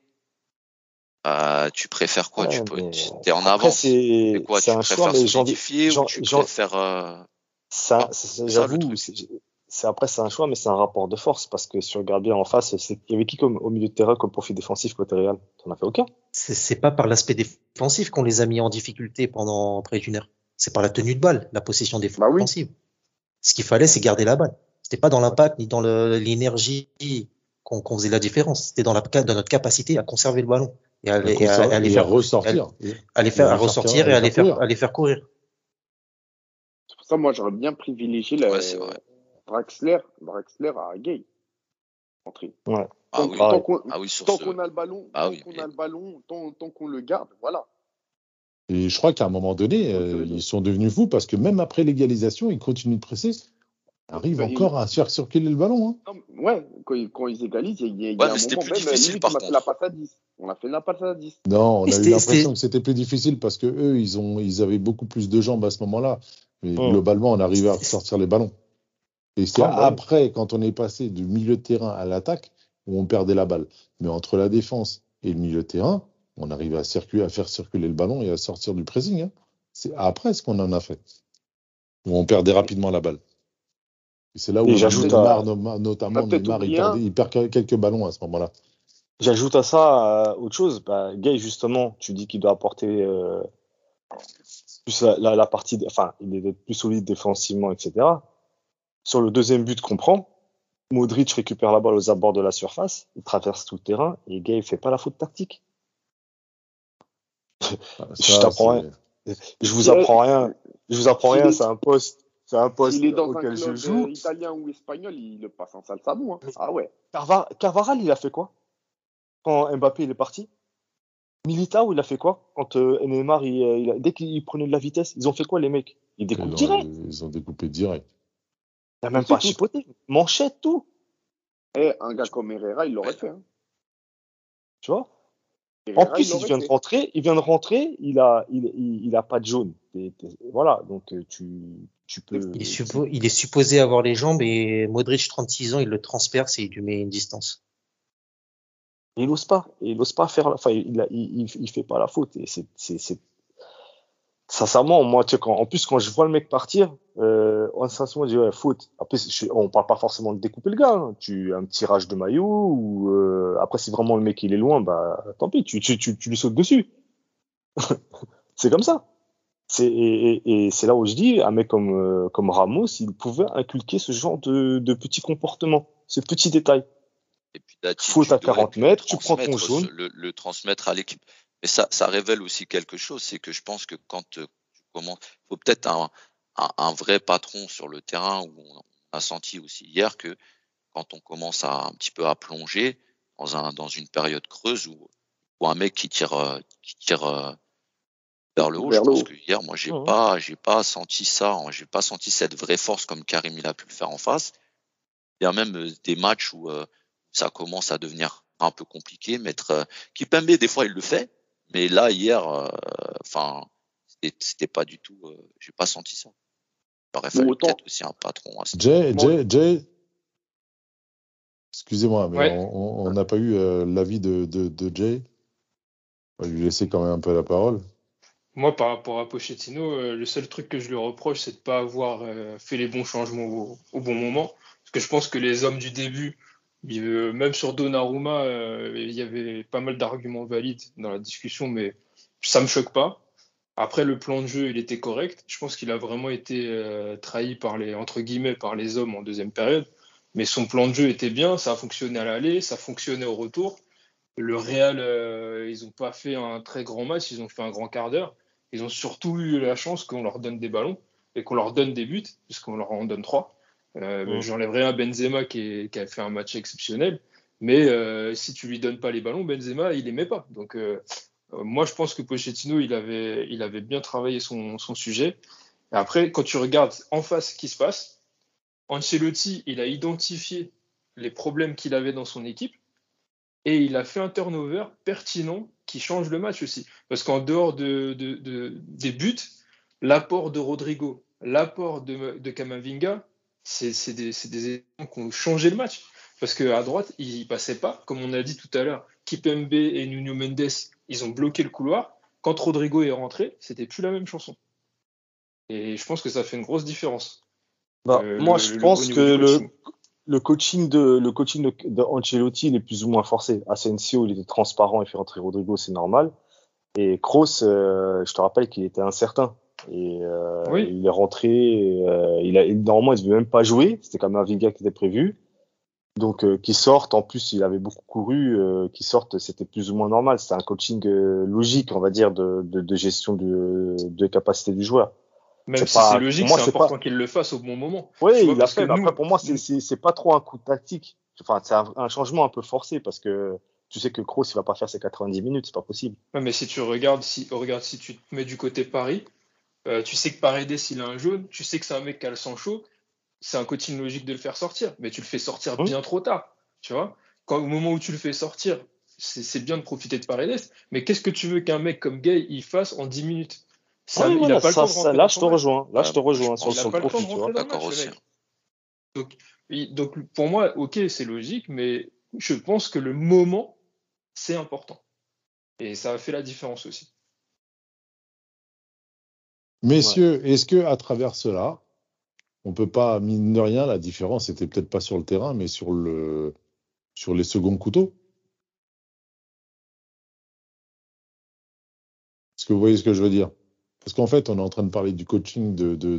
Tu préfères quoi? Ouais, mais T'es en après, avance. Mais quoi? c'est Tu un choix, préfères mais j'ai envie, solidifier ou tu préfères c'est ça le j'avoue, truc. c'est un choix, mais c'est un rapport de force parce que si on regarde bien en face, il y avait qui au milieu de terrain comme profil défensif côté Real? T'en as fait aucun. C'est pas par l'aspect défensif qu'on les a mis en difficulté pendant près d'une heure. C'est par la tenue de balle, la possession Bah oui. défensive. Ce qu'il fallait, c'est garder la balle. C'était pas dans l'impact ni dans l'énergie qu'on faisait la différence. C'était dans notre capacité à conserver le ballon et à les faire ressortir. à les faire ressortir et à les faire courir. C'est pour ça, moi, j'aurais bien privilégié Ouais, c'est vrai. Draxler à Gay. Entrée. Ouais. Ah oui. Ah oui, sur Tant ce. qu'on a le ballon, Ah tant oui, qu'on mais- a le ballon, tant qu'on le garde, voilà. Et je crois qu'à un moment donné, ils sont devenus fous parce que même après l'égalisation, ils continuent de presser. Ils arrivent Bah, encore à faire circuler le ballon. Hein. Non, ouais, quand ils égalisent, il y Ouais, a un mais c'était moment, plus même difficile, limite, par on a fait contre. la passe à 10. On a fait la passe à 10. Non, on Et a eu c'était- l'impression que c'était plus difficile parce que eux, ils avaient beaucoup plus de jambes à ce moment-là. Mais globalement, on arrivait à sortir les ballons. Et c'est Ah, bah oui. après, quand on est passé du milieu de terrain à l'attaque, où on perdait la balle. Mais entre la défense et le milieu de terrain, on arrivait à faire circuler le ballon et à sortir du pressing. Hein. C'est après ce qu'on en a fait. Où on perdait rapidement la balle. Et c'est là où Et j'ajoute Neymar, On a notamment, peut-être Neymar, oublié un. il perd quelques ballons à ce moment-là. J'ajoute à ça autre chose. Bah, Gay, justement, tu dis qu'il doit apporter plus la partie, enfin, il est plus solide défensivement, etc. Sur le deuxième but qu'on prend, Modric récupère la balle aux abords de la surface, il traverse tout le terrain et Gay il fait pas la faute tactique. Je t'apprends rien. Je vous apprends rien. Je vous apprends rien. C'est un poste S'il est dans un auquel je club joue. italien ou espagnol, il le passe en salsa-bon. Hein. Ah ouais. Carvaral, il a fait quoi quand Mbappé il est parti? Militao, il a fait quoi quand Neymar, dès qu'il prenait de la vitesse, ils ont fait quoi les mecs? Ils découpent direct. Ils ont découpé direct. Il n'a même pas chipoté. Manchette, tout. Et un gars comme Herrera, il l'aurait fait. Hein. Tu vois? Herrera, En plus, il vient de rentrer, il a pas de jaune. Voilà, donc tu peux. Il est supposé avoir les jambes et Modric, 36 ans, il le transperce et il lui met une distance. Il n'ose pas faire, enfin, il fait pas la faute. Et c'est Sincèrement, moi, tu sais, en plus, quand je vois le mec partir, sincèrement, je dis, ouais, faute. Après, on parle pas forcément de découper le gars, hein. Un petit rage de maillot, ou, après, si vraiment le mec, il est loin, bah, tant pis, tu lui sautes dessus. C'est comme ça. Et c'est là où je dis, un mec comme Ramos, il pouvait inculquer ce genre de petits comportements, ce petit détail. Et puis Faute à l'attitude, ouais, 40 puis le mètres, tu prends ton transmettre, jaune. le transmettre à l'équipe. Mais ça révèle aussi quelque chose, c'est que je pense que quand tu commences, faut peut-être un vrai patron sur le terrain, où on a senti aussi hier que quand on commence un petit peu à plonger dans une période creuse, ou un mec qui tire vers le haut. Je Vers le pense haut. que hier, moi, Mhm. j'ai pas senti ça, hein. J'ai pas senti cette vraie force comme Karim il a pu le faire en face. Il y a même des matchs où ça commence à devenir un peu compliqué. Kipembe, des fois, il le fait, mais là, hier, enfin, c'était pas du tout. J'ai pas senti ça. Il aurait Bon, fallu autant, peut-être aussi un patron à ce niveau-là. Jay, excusez-moi, mais Ouais. on n'a pas eu l'avis de Jay. On va lui laisser quand même un peu la parole. Moi, par rapport à Pochettino, le seul truc que je lui reproche, c'est de pas avoir fait les bons changements au bon moment. Parce que je pense que les hommes du début, même sur Donnarumma, il y avait pas mal d'arguments valides dans la discussion, mais ça me choque pas. Après, le plan de jeu, il était correct. Je pense qu'il a vraiment été trahi par entre guillemets, par les hommes en deuxième période. Mais son plan de jeu était bien, ça a fonctionné à l'aller, ça fonctionnait au retour. Le Real, ils n'ont pas fait un très grand match, ils ont fait un grand quart d'heure. Ils ont surtout eu la chance qu'on leur donne des ballons et qu'on leur donne des buts, puisqu'on leur en donne 3. Mhm. J'enlèverai un Benzema qui a fait un match exceptionnel, mais si tu lui donnes pas les ballons, Benzema, il les met pas. Donc, moi, je pense que Pochettino, il avait bien travaillé son sujet. Et après, quand tu regardes en face ce qui se passe, Ancelotti, il a identifié les problèmes qu'il avait dans son équipe et il a fait un turnover pertinent qui change le match aussi. Parce qu'en dehors des buts, l'apport de Rodrigo, l'apport de Camavinga, c'est des éléments qui ont changé le match. Parce qu'à droite, il passait pas. Comme on a dit tout à l'heure, Kipembe et Nuno Mendes, ils ont bloqué le couloir. Quand Rodrigo est rentré, c'était plus la même chanson. Et je pense que ça fait une grosse différence Bah, moi, je au pense niveau que du coaching. le coaching de Ancelotti, il est plus ou moins forcé. Asensio, il était transparent et fait rentrer Rodrigo, c'est normal. Et Kroos, je te rappelle qu'il était incertain. Et Oui, il est rentré, normalement, il devait même pas jouer. C'était comme un Vinga qui était prévu. Donc, qu'il sorte, en plus, il avait beaucoup couru, qu'il sorte, c'était plus ou moins normal. C'était un coaching logique, on va dire, de gestion de capacité du joueur. même C'est si c'est pas, pour logique, moi, c'est c'est important pas. qu'il le fasse au bon moment. Oui, Tu vois, il l'a parce que fait. Mais après, nous, pour moi, c'est pas trop un coup tactique. Enfin, c'est un changement un peu forcé parce que tu sais que Kroos, il va pas faire ses 90 minutes, c'est pas possible. ouais, mais si tu regardes, si tu te mets du côté Paris, tu sais que Paredes, il a un jaune, tu sais que c'est un mec qui a le sang chaud, c'est un coaching logique de le faire sortir, mais tu le fais sortir Hum, bien trop tard, tu vois. Au moment où tu le fais sortir, c'est bien de profiter de Paredes, mais qu'est-ce que tu veux qu'un mec comme Gay il fasse en 10 minutes? Oui, Il n'a voilà, pas le temps de ça, rentrer là, dans je son te match. rejoins. Là, je te Moi, je rejoins Il pense, sur n'a le pas le temps profit, de tu rentrer vois. dans le d'accord match, le aussi, mec. hein. Donc pour moi, ok, c'est logique, mais je pense que le moment, c'est important. Et ça a fait la différence aussi. Ouais. Messieurs, est-ce que à travers cela, on peut pas, mine de rien, la différence c'était peut-être pas sur le terrain, mais sur les seconds couteaux? Est-ce que vous voyez ce que je veux dire? Parce qu'en fait, on est en train de parler du coaching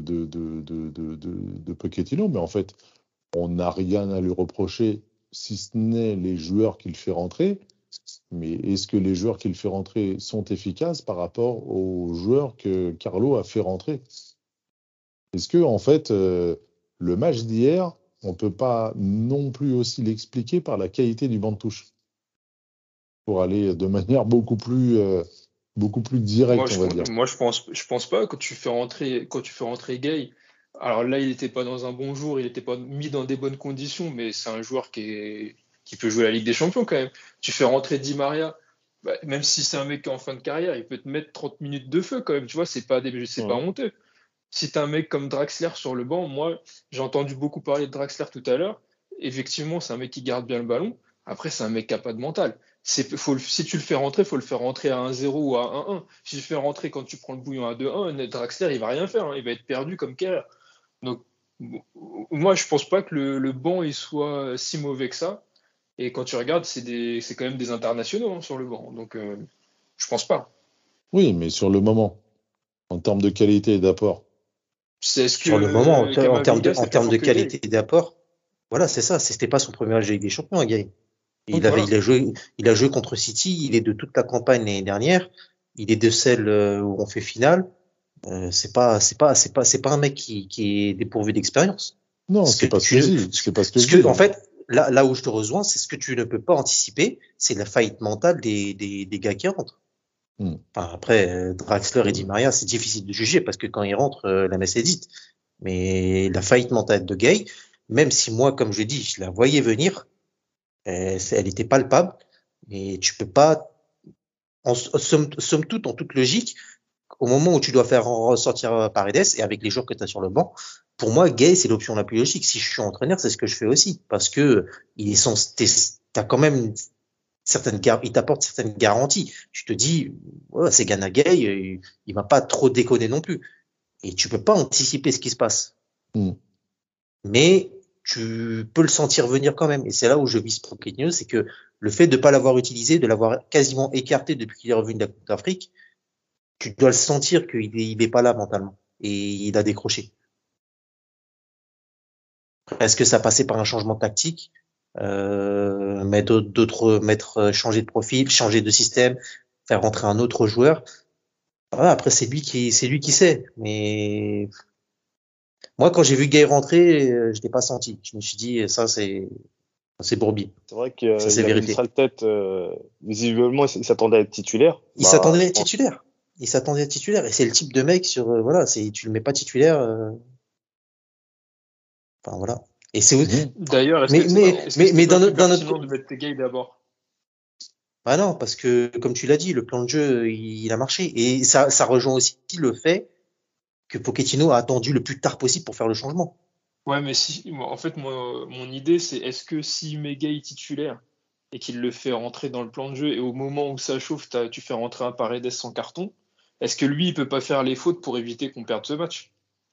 de Pochettino, mais en fait, on n'a rien à lui reprocher, si ce n'est les joueurs qu'il fait rentrer. Mais est-ce que les joueurs qu'il fait rentrer sont efficaces par rapport aux joueurs que Carlo a fait rentrer? Est-ce que, en fait, le match d'hier, on ne peut pas non plus aussi l'expliquer par la qualité du banc de touche, pour aller de manière beaucoup plus directe, on va dire. Je pense pas quand tu fais rentrer Gay. Alors là, il n'était pas dans un bon jour, il n'était pas mis dans des bonnes conditions, mais c'est un joueur qui peut jouer la Ligue des Champions quand même. Tu fais rentrer Di Maria, bah, même si c'est un mec qui est en fin de carrière, il peut te mettre 30 minutes de feu quand même. Tu vois, c'est pas Mhm. honteux. Si tu as un mec comme Draxler sur le banc, moi, j'ai entendu beaucoup parler de Draxler tout à l'heure. Effectivement, c'est un mec qui garde bien le ballon. Après, c'est un mec qui n'a pas de mental. Si tu le fais rentrer, il faut le faire rentrer à 1-0 ou à 1-1. Si tu le fais rentrer quand tu prends le bouillon à 2-1, Draxler, il va rien faire, hein. Il va être perdu comme Kerr. Donc, moi, je pense pas que le banc il soit si mauvais que ça. Et quand tu regardes, c'est quand même des internationaux, hein, sur le banc. Donc, je pense pas. Oui, mais sur le moment, en termes de qualité et d'apport. Est-ce Sur le moment, que en Camavinga, c'est plus termes de fort que Gay? qualité d'apport, voilà, c'est ça. C'était pas son premier match de Ligue des Champions, Gay. Ok. Voilà. Il a joué contre City. Il est de toute la campagne l'année dernière. Il est de celle où on fait finale. C'est pas un mec qui est dépourvu d'expérience. Non, Ce que c'est pas ce tu que ne- je dis. C'est pas ce que ce je que, dis. en fait, là où je te rejoins, c'est ce que tu ne peux pas anticiper, c'est la faillite mentale des gars qui rentrent. Hmm. Enfin, après, Draxler et Di Maria, c'est difficile de juger parce que quand ils rentrent, la messe est dite. Mais la faillite mentale de Gay, même si moi, comme je dis, je la voyais venir, elle était palpable, mais tu peux pas, somme toute, en toute logique, au moment où tu dois faire ressortir Paredes et avec les joueurs que tu as sur le banc, pour moi, Gay, c'est l'option la plus logique. Si je suis entraîneur, c'est ce que je fais aussi. Parce que t'as quand même il t'apporte certaines garanties. Tu te dis, ouais, c'est Gana Gay, il va pas trop déconner non plus. Et tu peux pas anticiper ce qui se passe. Hmm. Mais tu peux le sentir venir quand même. Et c'est là où je vise Pochettino, c'est que le fait de pas l'avoir utilisé, de l'avoir quasiment écarté depuis qu'il est revenu de la Coupe d'Afrique, tu dois le sentir il est pas là mentalement. Et il a décroché. Est-ce que ça passait par un changement tactique, changer de profil, changer de système, faire rentrer un autre joueur? Voilà, après c'est lui qui sait. Mais moi, quand j'ai vu Gay rentrer, je l'ai pas senti. Je me suis dit, c'est Bourbi. C'est vrai Ça, qu'il c'est avait une vérité. sale tête. Visiblement, il s'attendait à être titulaire. Il s'attendait à Je être pense. titulaire. Il s'attendait à être titulaire. Et c'est le type de mec voilà, tu le mets pas titulaire, enfin, voilà. Et Mhm. D'ailleurs, est-ce que mais c'était pas plus d'un autre, pertinent de mettre Gay d'abord? ah non, parce que, comme tu l'as dit, le plan de jeu, il a marché. Et ça rejoint aussi le fait que Pochettino a attendu le plus tard possible pour faire le changement. Ouais, mais en fait, moi, mon idée, c'est est-ce que si met Gay titulaire et qu'il le fait rentrer dans le plan de jeu et au moment où ça chauffe, tu fais rentrer un Paredes sans carton, est-ce que lui, il peut pas faire les fautes pour éviter qu'on perde ce match?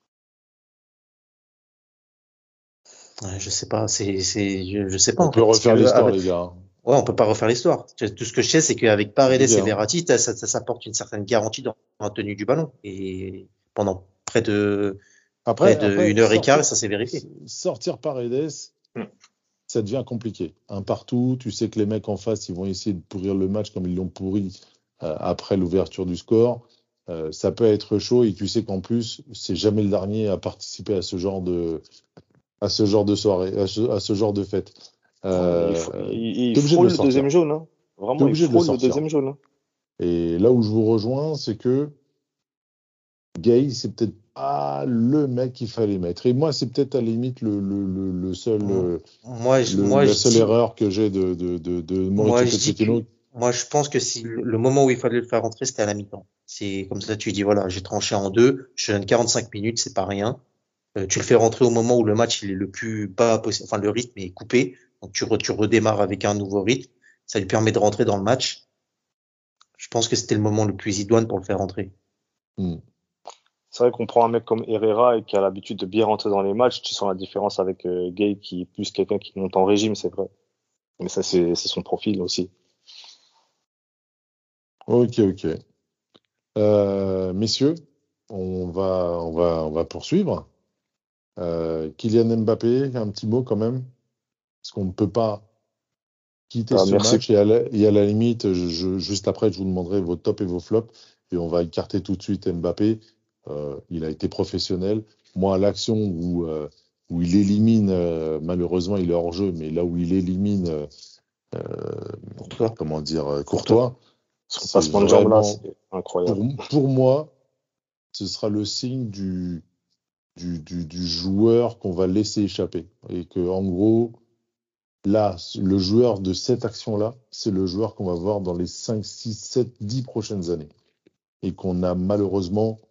Ouais, je sais pas, je sais pas, On en peut fait. Parce refaire que, l'histoire, les gars. ouais, on peut pas refaire l'histoire. Tout ce que je sais, c'est qu'avec Paredes Les et gars. Verratti, ça apporte une certaine garantie dans la tenue du ballon. Et pendant près de Après, une heure et quart, ça s'est vérifié. sortir Paredes, Hmm. ça devient compliqué. Un partout, tu sais que les mecs en face, ils vont essayer de pourrir le match comme ils l'ont pourri après l'ouverture du score. Ça peut être chaud et tu sais qu'en plus, c'est jamais le dernier à participer à ce genre de soirée, à ce genre de fête. Il T'es obligé de frôle le le sortir. deuxième jaune. Hein. T'es Vraiment, il obligé de le frôle le sortir. deuxième jaune. Hein. Et là où je vous rejoins, c'est que Gay, c'est peut-être pas le mec qu'il fallait mettre. Et moi, c'est peut-être à la limite le seul, la Je seule dis, erreur que j'ai de moi, Mauricio je dis que, Pochettino. moi, je pense que si le moment où il fallait le faire rentrer, c'était à la mi-temps. C'est comme ça, tu dis, voilà, j'ai tranché en deux, je donne 45 minutes, c'est pas rien. Tu le fais rentrer au moment où le match il est le plus bas possible, enfin le rythme est coupé, donc tu redémarres avec un nouveau rythme, ça lui permet de rentrer dans le match. Je pense que c'était le moment le plus idoine pour le faire rentrer. Hmm. C'est vrai qu'on prend un mec comme Herrera et qui a l'habitude de bien rentrer dans les matchs. Tu sens la différence avec Gay qui est plus quelqu'un qui monte en régime, c'est vrai. Mais ça, c'est son profil aussi. Ok. Messieurs, on va poursuivre. Kylian Mbappé, un petit mot quand même, parce qu'on ne peut pas quitter ce Merci. match et à la limite, juste après, je vous demanderai vos tops et vos flops et on va écarter tout de suite Mbappé. Il a été professionnel. Moi, l'action où il élimine, malheureusement, il est hors jeu, mais là où il élimine, Pour toi. comment dire, Courtois, Son c'est passement de jambe là, vraiment, c'est incroyable. pour moi, ce sera le signe du joueur qu'on va laisser échapper. Et que, en gros, là, le joueur de cette action-là, c'est le joueur qu'on va voir dans les 5, 6, 7, 10 prochaines années. Et qu'on a malheureusement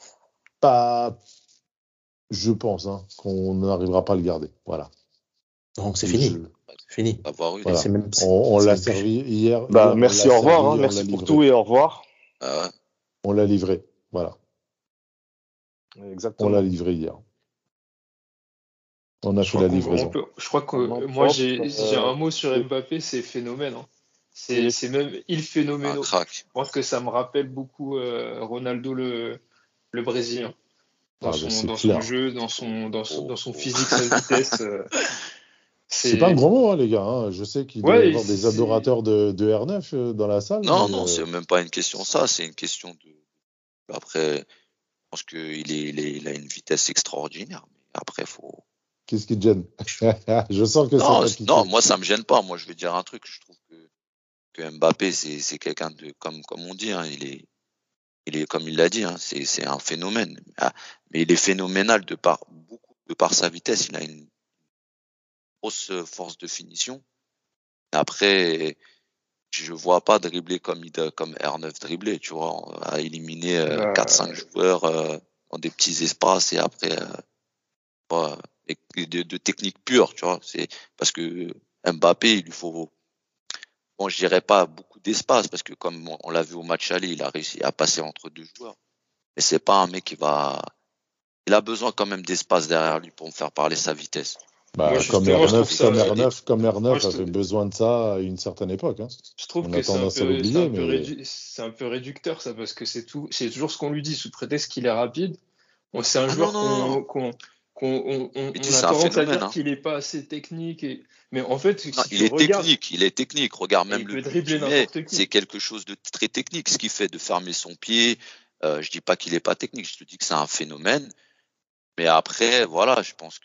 pas, je pense, qu'on n'arrivera pas à le garder. Voilà. Donc c'est Et fini. je- C'est fini. Avoir eu Voilà. C'est même, On c'est l'a même plus. servi hier. Bah, Hier, on merci, l'a au revoir. servi, Hein. on l'a Merci pour livré. tout et au revoir. ouais. On l'a livré. Voilà. On Exactement. l'a livré hier. On a Je fait crois la livraison. je crois que Maintenant, moi propre, j'ai un mot sur Mbappé, c'est phénomène, hein. il est- C'est même il Un phénoménal. crack. Je pense que ça me rappelle beaucoup Ronaldo le Brésilien Ah, bah, c'est dans son clair. jeu, dans son physique, sa vitesse. C'est pas un C'est gros mot, hein, les gars. Hein. Je sais qu'il doit y ouais, avoir des adorateurs de R9 dans la salle, Non, mais non, c'est même pas une question de ça, c'est une question de. Après, je pense il a une vitesse extraordinaire. Mais après, faut. qu'est-ce qui te gêne? Je sens que c'est Non, pas non, piqué. moi ça me gêne pas. Moi, je vais dire un truc. Je trouve que Mbappé, c'est quelqu'un de comme on dit. Hein, il est comme il l'a dit. Hein, c'est un phénomène. Ah, mais il est phénoménal de par sa vitesse. Il a une grosse force de finition. Après, je vois pas dribbler comme R9 dribbler, tu vois, à éliminer bah, 4-5 joueurs dans des petits espaces et après pas- et de technique pure, tu vois. C'est parce que Mbappé, il lui faut, bon, je dirais pas beaucoup d'espace parce que comme on l'a vu au match aller, il a réussi à passer entre deux joueurs. Mais c'est pas un mec il a besoin quand même d'espace derrière lui pour me faire parler sa vitesse. moi Bah, comme justement je trouve R9, ça comme R9, comme moi R9 je, avait besoin de ça à une certaine époque. Hein. je trouve On que a tendance à l'oublier, mais c'est un peu réducteur ça parce que c'est toujours ce qu'on lui dit sous prétexte qu'il est rapide. C'est un Ah non, joueur non, non. on Il dit a c'est un tendance à phénomène, dire hein. qu'il est pas assez technique mais en fait Non, si tu regardes il est technique. Regarde il même le peut but dribbler qu'il met, n'importe c'est qui. quelque chose de très technique. Ce qu'il fait de fermer son pied, je dis pas qu'il est pas technique, je te dis que c'est un phénomène. Mais après, voilà, je pense que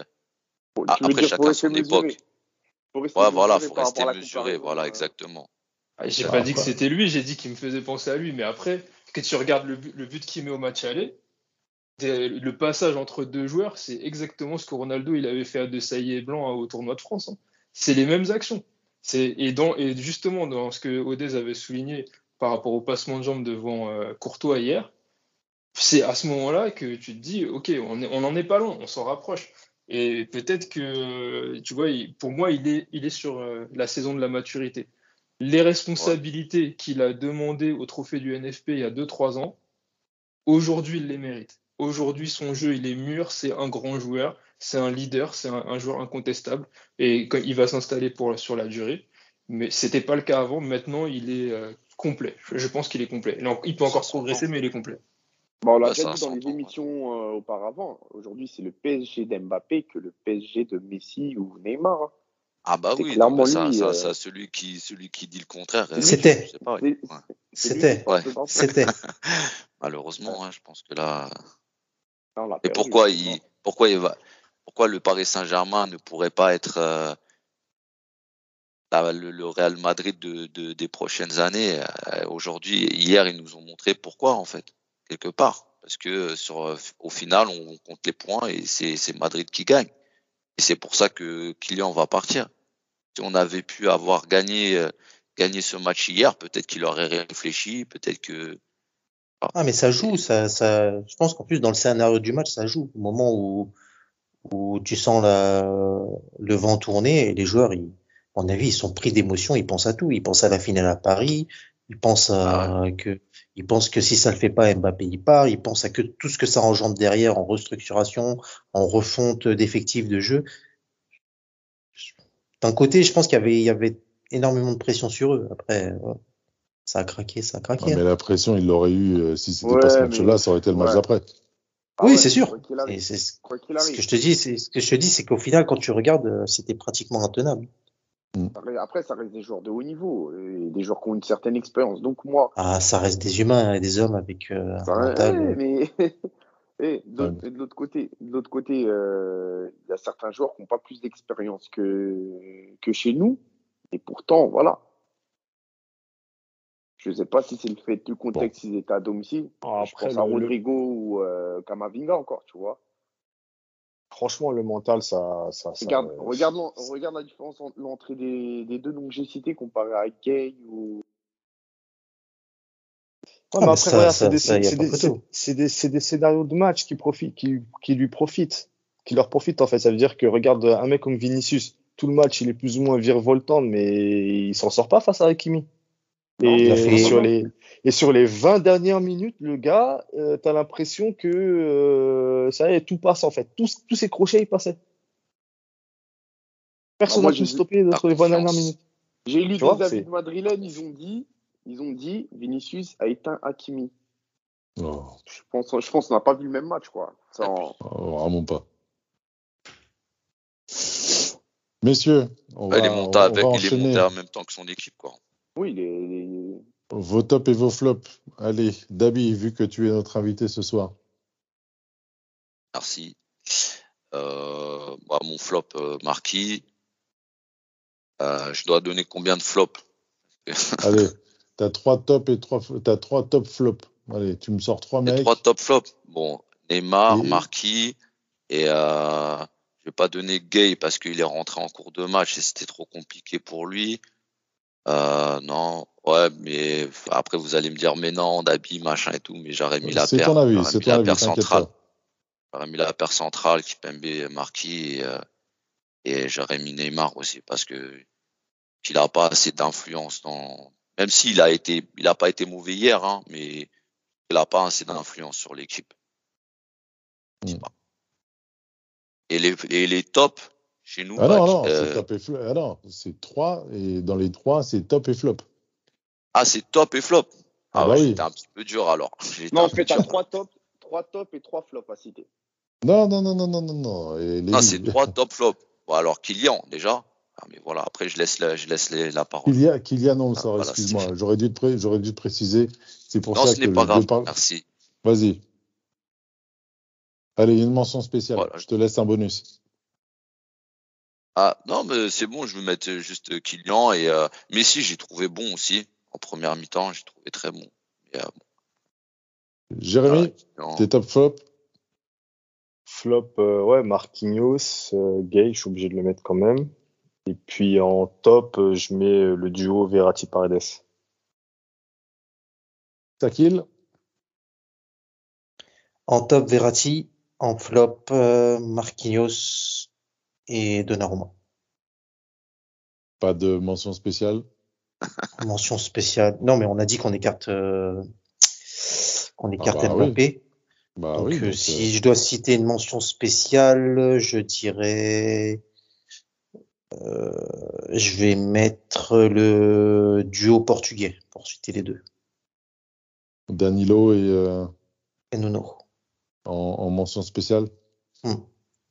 Tu veux après dire pour chacun rester son époque. mesuré. Pour rester Ouais, voilà, mesuré faut par rester rapport à la mesuré, voilà, comparaison. exactement. J'ai bah, pas dit que après, c'était lui, j'ai dit qu'il me faisait penser à lui. Mais après, que tu regardes le but qu'il met au match aller, le passage entre deux joueurs, c'est exactement ce que Ronaldo il avait fait à De Sailly et Blanc au tournoi de France, hein. C'est les mêmes actions. Et justement, dans ce que Odez avait souligné par rapport au passement de jambes devant Courtois hier, c'est à ce moment-là que tu te dis, ok, on en est pas loin, on s'en rapproche. Et peut-être que, tu vois, pour moi, il est sur la saison de la maturité. Les Ouais. responsabilités qu'il a demandées au trophée du NFP il y a 2-3 ans, aujourd'hui, il les mérite. Aujourd'hui, son jeu, il est mûr, c'est un grand joueur, c'est un leader, c'est un joueur incontestable. Et quand il va s'installer sur la durée. Mais c'était pas le cas avant. Maintenant, il est complet. Je pense qu'il est complet. Il peut Ça encore s'entend. progresser, mais il est complet. Bon, on l'a Ouais, déjà ça dit dans les s'entend. Ouais. émissions auparavant. Aujourd'hui, c'est le PSG d'Mbappé que le PSG de Messi ou Neymar. Hein. Ah bah C'est oui, non, clairement mais ça, lui. ça, ça, celui qui dit le contraire, C'est lui, je C'était. sais pas. c'est, Ouais. c'est lui qui C'était. porte Ouais. le drapeau. C'était. Malheureusement, hein, je pense que là. On l'a Et perdu. pourquoi le Paris Saint-Germain ne pourrait pas être le Real Madrid des prochaines années? Aujourd'hui, hier, ils nous ont montré pourquoi, en fait, quelque part. Parce que au final, on compte les points et c'est Madrid qui gagne. Et c'est pour ça que Kylian va partir. Si on avait pu avoir gagné ce match hier, peut-être qu'il aurait réfléchi, peut-être que. Ah, mais ça joue, Et- je pense qu'en plus, dans le scénario du match, ça joue. Au moment où tu sens le vent tourner, et les joueurs, à mon avis, ils sont pris d'émotion, ils pensent à tout. Ils pensent à la finale à Paris, Ah ouais. ils pensent que si ça le fait pas, Mbappé, il part, ils pensent à tout ce que ça engendre derrière en restructuration, en refonte d'effectifs de jeu. D'un côté, je pense il y avait énormément de pression sur eux. Après, ça a craqué, ça a ah, craqué, mais hein. la pression, il l'aurait eu si c'était pas ce Ouais, match-là, mais. ça aurait été le match Ouais. d'après. Ah Oui, ouais, c'est sûr. quoi qu'il arrive. Quoi qu'il Ce arrive. que je te dis, c'est qu'au final, quand tu regardes, c'était pratiquement intenable. Après, ça reste des joueurs de haut niveau, et des joueurs qui ont une certaine expérience. Donc, moi, Ah, ça reste des humains et des hommes avec un mental. mais. Et Ouais. de l'autre côté, il y a certains joueurs qui n'ont pas plus d'expérience que chez nous. Et pourtant, voilà. Je ne sais pas si c'est le fait du contexte s'ils étaient à domicile. Je Après, pense à Rodrigo ou Camavinga encore, tu vois. franchement, le mental, Regarde la différence entre l'entrée des deux noms que j'ai cités comparé à Gay ou. Ouais, Ah, mais mais après, regarde, ça, y a pas photo. c'est des scénarios de match qui lui profitent. qui leur profite en fait. Ça veut dire que regarde un mec comme Vinicius, tout le match il est plus ou moins virevoltant, mais il s'en sort pas face à Hakimi. Non, Il a Et fait- sur les 20 dernières minutes, le gars, t'as l'impression que ça y est, tout passe en fait. Tous ces crochets, ils passaient. Personne moi, n'a pu stopper La sur les 20 dernières confiance. minutes. j'ai lu Tu vois, des avis c'est de madrilènes, ils ont dit Vinicius a éteint Hakimi. Oh, Je pense qu'on n'a pas vu le même match, quoi. vraiment pas. Messieurs, Il est monté on va il est monté enchaîner en même temps que son équipe, quoi. Oui, vos tops et vos flops. Allez, Dabi, vu que tu es notre invité ce soir. Merci. Mon flop, Marquis. Je dois donner combien de flops? Allez, t'as 3 top flops. Allez, tu me sors 3 Les mecs. 3 top flops. Bon, Neymar, Et- Marquis et je vais pas donner Gay parce qu'il est rentré en cours de match et c'était trop compliqué pour lui. Non, ouais, mais après vous allez me dire mais non, Dabi, machin et tout, mais j'aurais mis la C'est ton paire. avis, J'aurais c'est mis ton la avis, paire t'inquiète centrale. pas. J'aurais mis la paire centrale, Kipembe, Marquis et j'aurais mis Neymar aussi parce que qu'il a pas assez d'influence même s'il il a pas été mauvais hier, hein, mais il a pas assez d'influence sur l'équipe. Je sais Hmm. pas. Et les tops chez nous, Ah non, c'est top et flop. Ah non, c'est 3 et dans les 3, c'est top et flop. c'est top et flop. Ah Ouais, bah oui. j'étais un petit peu dur alors. J'étais Non, un en peu fait, t'as dur. 3 tops et 3 flops à citer. Non. Et Non, c'est 3 top flop. Bon, alors Kylian déjà. Mais voilà, après je laisse la parole. Kylian, on le sort, Voilà, excuse-moi. J'aurais dû te préciser. C'est pour non, ça ce n'est que pas je grave. parle. Merci. Vas-y. Allez, une mention spéciale. Voilà. Je te laisse un bonus. Non, mais c'est bon, je vais mettre juste Kylian et Messi, j'ai trouvé bon aussi. En première mi-temps, j'ai trouvé très bon. Et, Jérémy, Kylian, tes top flop? flop, ouais, Marquinhos, Gay, je suis obligé de le mettre quand même. Et puis en top, je mets le duo Verratti-Paredes. Sakil? En top, Verratti. En flop, Marquinhos et Donnarumma. Pas de mention spéciale? Mention spéciale. Non, mais on a dit qu'on écarte bah Mbappé. Bah Donc, oui, si je dois citer une mention spéciale, je dirais, je vais mettre le duo portugais pour citer les deux. Danilo et Et Nuno. en mention spéciale. Hmm.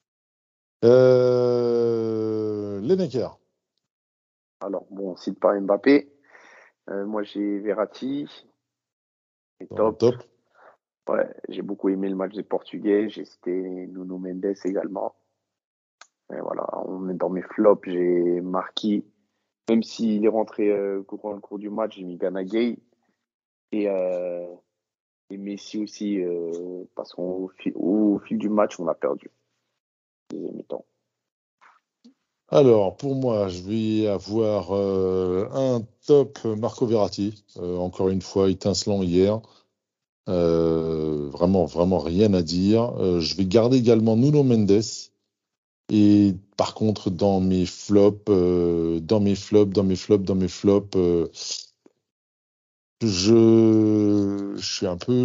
Lineker. Alors, bon, on cite pas Mbappé. Moi, j'ai Verratti. Et top. Ouais, j'ai beaucoup aimé le match des Portugais. J'ai cité Nuno Mendes également. Et voilà, dans mes flops, j'ai Marquis. Même s'il est rentré courant le cours du match, j'ai mis Gana Gueye. Et Messi aussi, parce qu'au fil du match, on l'a perdu. Deuxième mi-temps. Alors, pour moi, je vais avoir un top Marco Verratti. Encore une fois, étincelant hier. Vraiment rien à dire. Je vais garder également Nuno Mendes. Et par contre, dans mes flops, je suis un peu,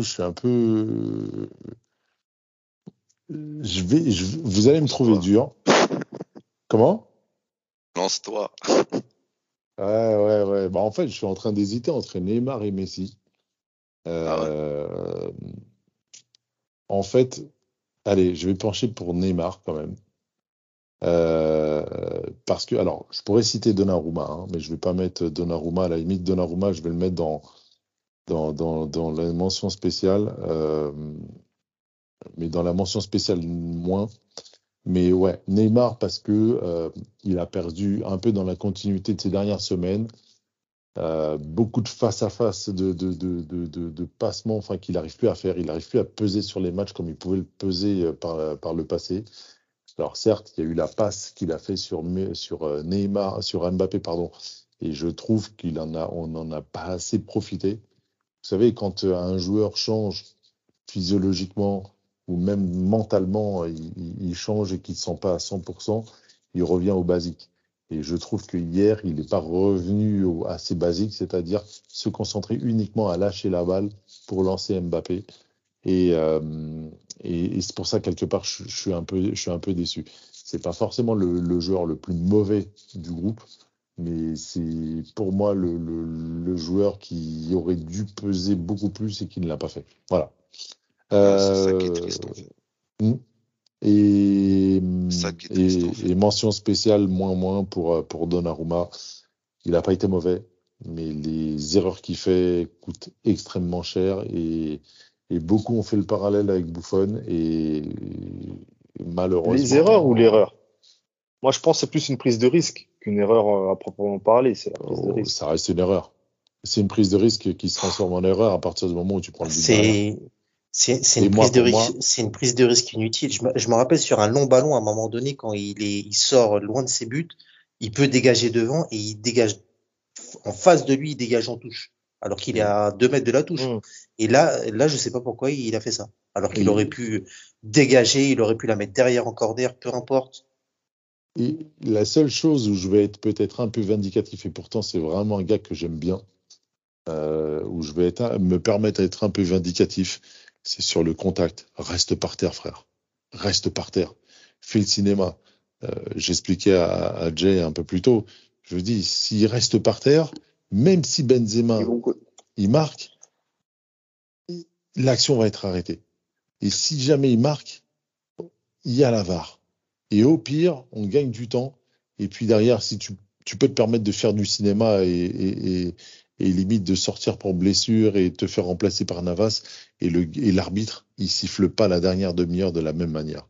vous allez me trouver dur. Comment? lance-toi. Ouais. Bah, en fait, je suis en train d'hésiter entre Neymar et Messi. Ouais. En fait, allez, je vais pencher pour Neymar quand même. Parce que, alors, je pourrais citer Donnarumma, hein, mais je vais pas mettre Donnarumma. À la limite, Donnarumma, je vais le mettre dans la mention spéciale. Mais dans la mention spéciale, moins. Mais ouais, Neymar, parce que il a perdu un peu dans la continuité de ces dernières semaines. Beaucoup de face-à-face, de passements, enfin, qu'il n'arrive plus à faire. Il n'arrive plus à peser sur les matchs comme il pouvait le peser par le passé. Alors certes, il y a eu la passe qu'il a fait sur Neymar, sur Mbappé, pardon, et je trouve on n'en a pas assez profité. Vous savez, quand un joueur change physiologiquement, où même mentalement, il change et qu'il ne se sent pas à 100%, il revient au basique. Et je trouve que hier, il n'est pas revenu à ses basiques, c'est-à-dire se concentrer uniquement à lâcher la balle pour lancer Mbappé. Et c'est pour ça, quelque part, je suis un peu déçu. C'est pas forcément le joueur le plus mauvais du groupe, mais c'est pour moi le joueur qui aurait dû peser beaucoup plus et qui ne l'a pas fait. Voilà. C'est ça qui est triste, en fait. Et, C'est ça qui est triste, en fait. et mention spéciale, moins pour Donnarumma. Il n'a pas été mauvais, mais les erreurs qu'il fait coûtent extrêmement cher et beaucoup ont fait le parallèle avec Buffon et malheureusement. Les erreurs ou l'erreur? Moi, je pense que c'est plus une prise de risque qu'une erreur à proprement parler. C'est la prise de risque. Ça reste une erreur. C'est une prise de risque qui se transforme en erreur à partir du moment où tu prends le but derrière. C'est Et une moi, prise de pour moi- risque, c'est une prise de risque inutile. Je me rappelle sur un long ballon, à un moment donné, quand il sort loin de ses buts, il peut dégager devant et il dégage en face de lui, il dégage en touche, alors qu'il est à 2 mètres de la touche. Mmh. Et là, je sais pas pourquoi il a fait ça. Alors qu'il Et- aurait pu dégager, il aurait pu la mettre derrière en corner, peu importe. Et la seule chose où je vais être peut-être un peu vindicatif, et pourtant c'est vraiment un gars que j'aime bien, où je vais me permettre d'être un peu vindicatif, c'est sur le contact. Reste par terre, frère. Reste par terre. Fais le cinéma. J'expliquais à Jay un peu plus tôt. Je dis, s'il reste par terre, même si Benzema Ils vont co- il marque, l'action va être arrêtée. Et si jamais il marque, il y a la VAR. Et au pire, on gagne du temps. Et puis derrière, si tu peux te permettre de faire du cinéma et limite de sortir pour blessure et te faire remplacer par Navas, et l'arbitre, il siffle pas la dernière demi-heure de la même manière.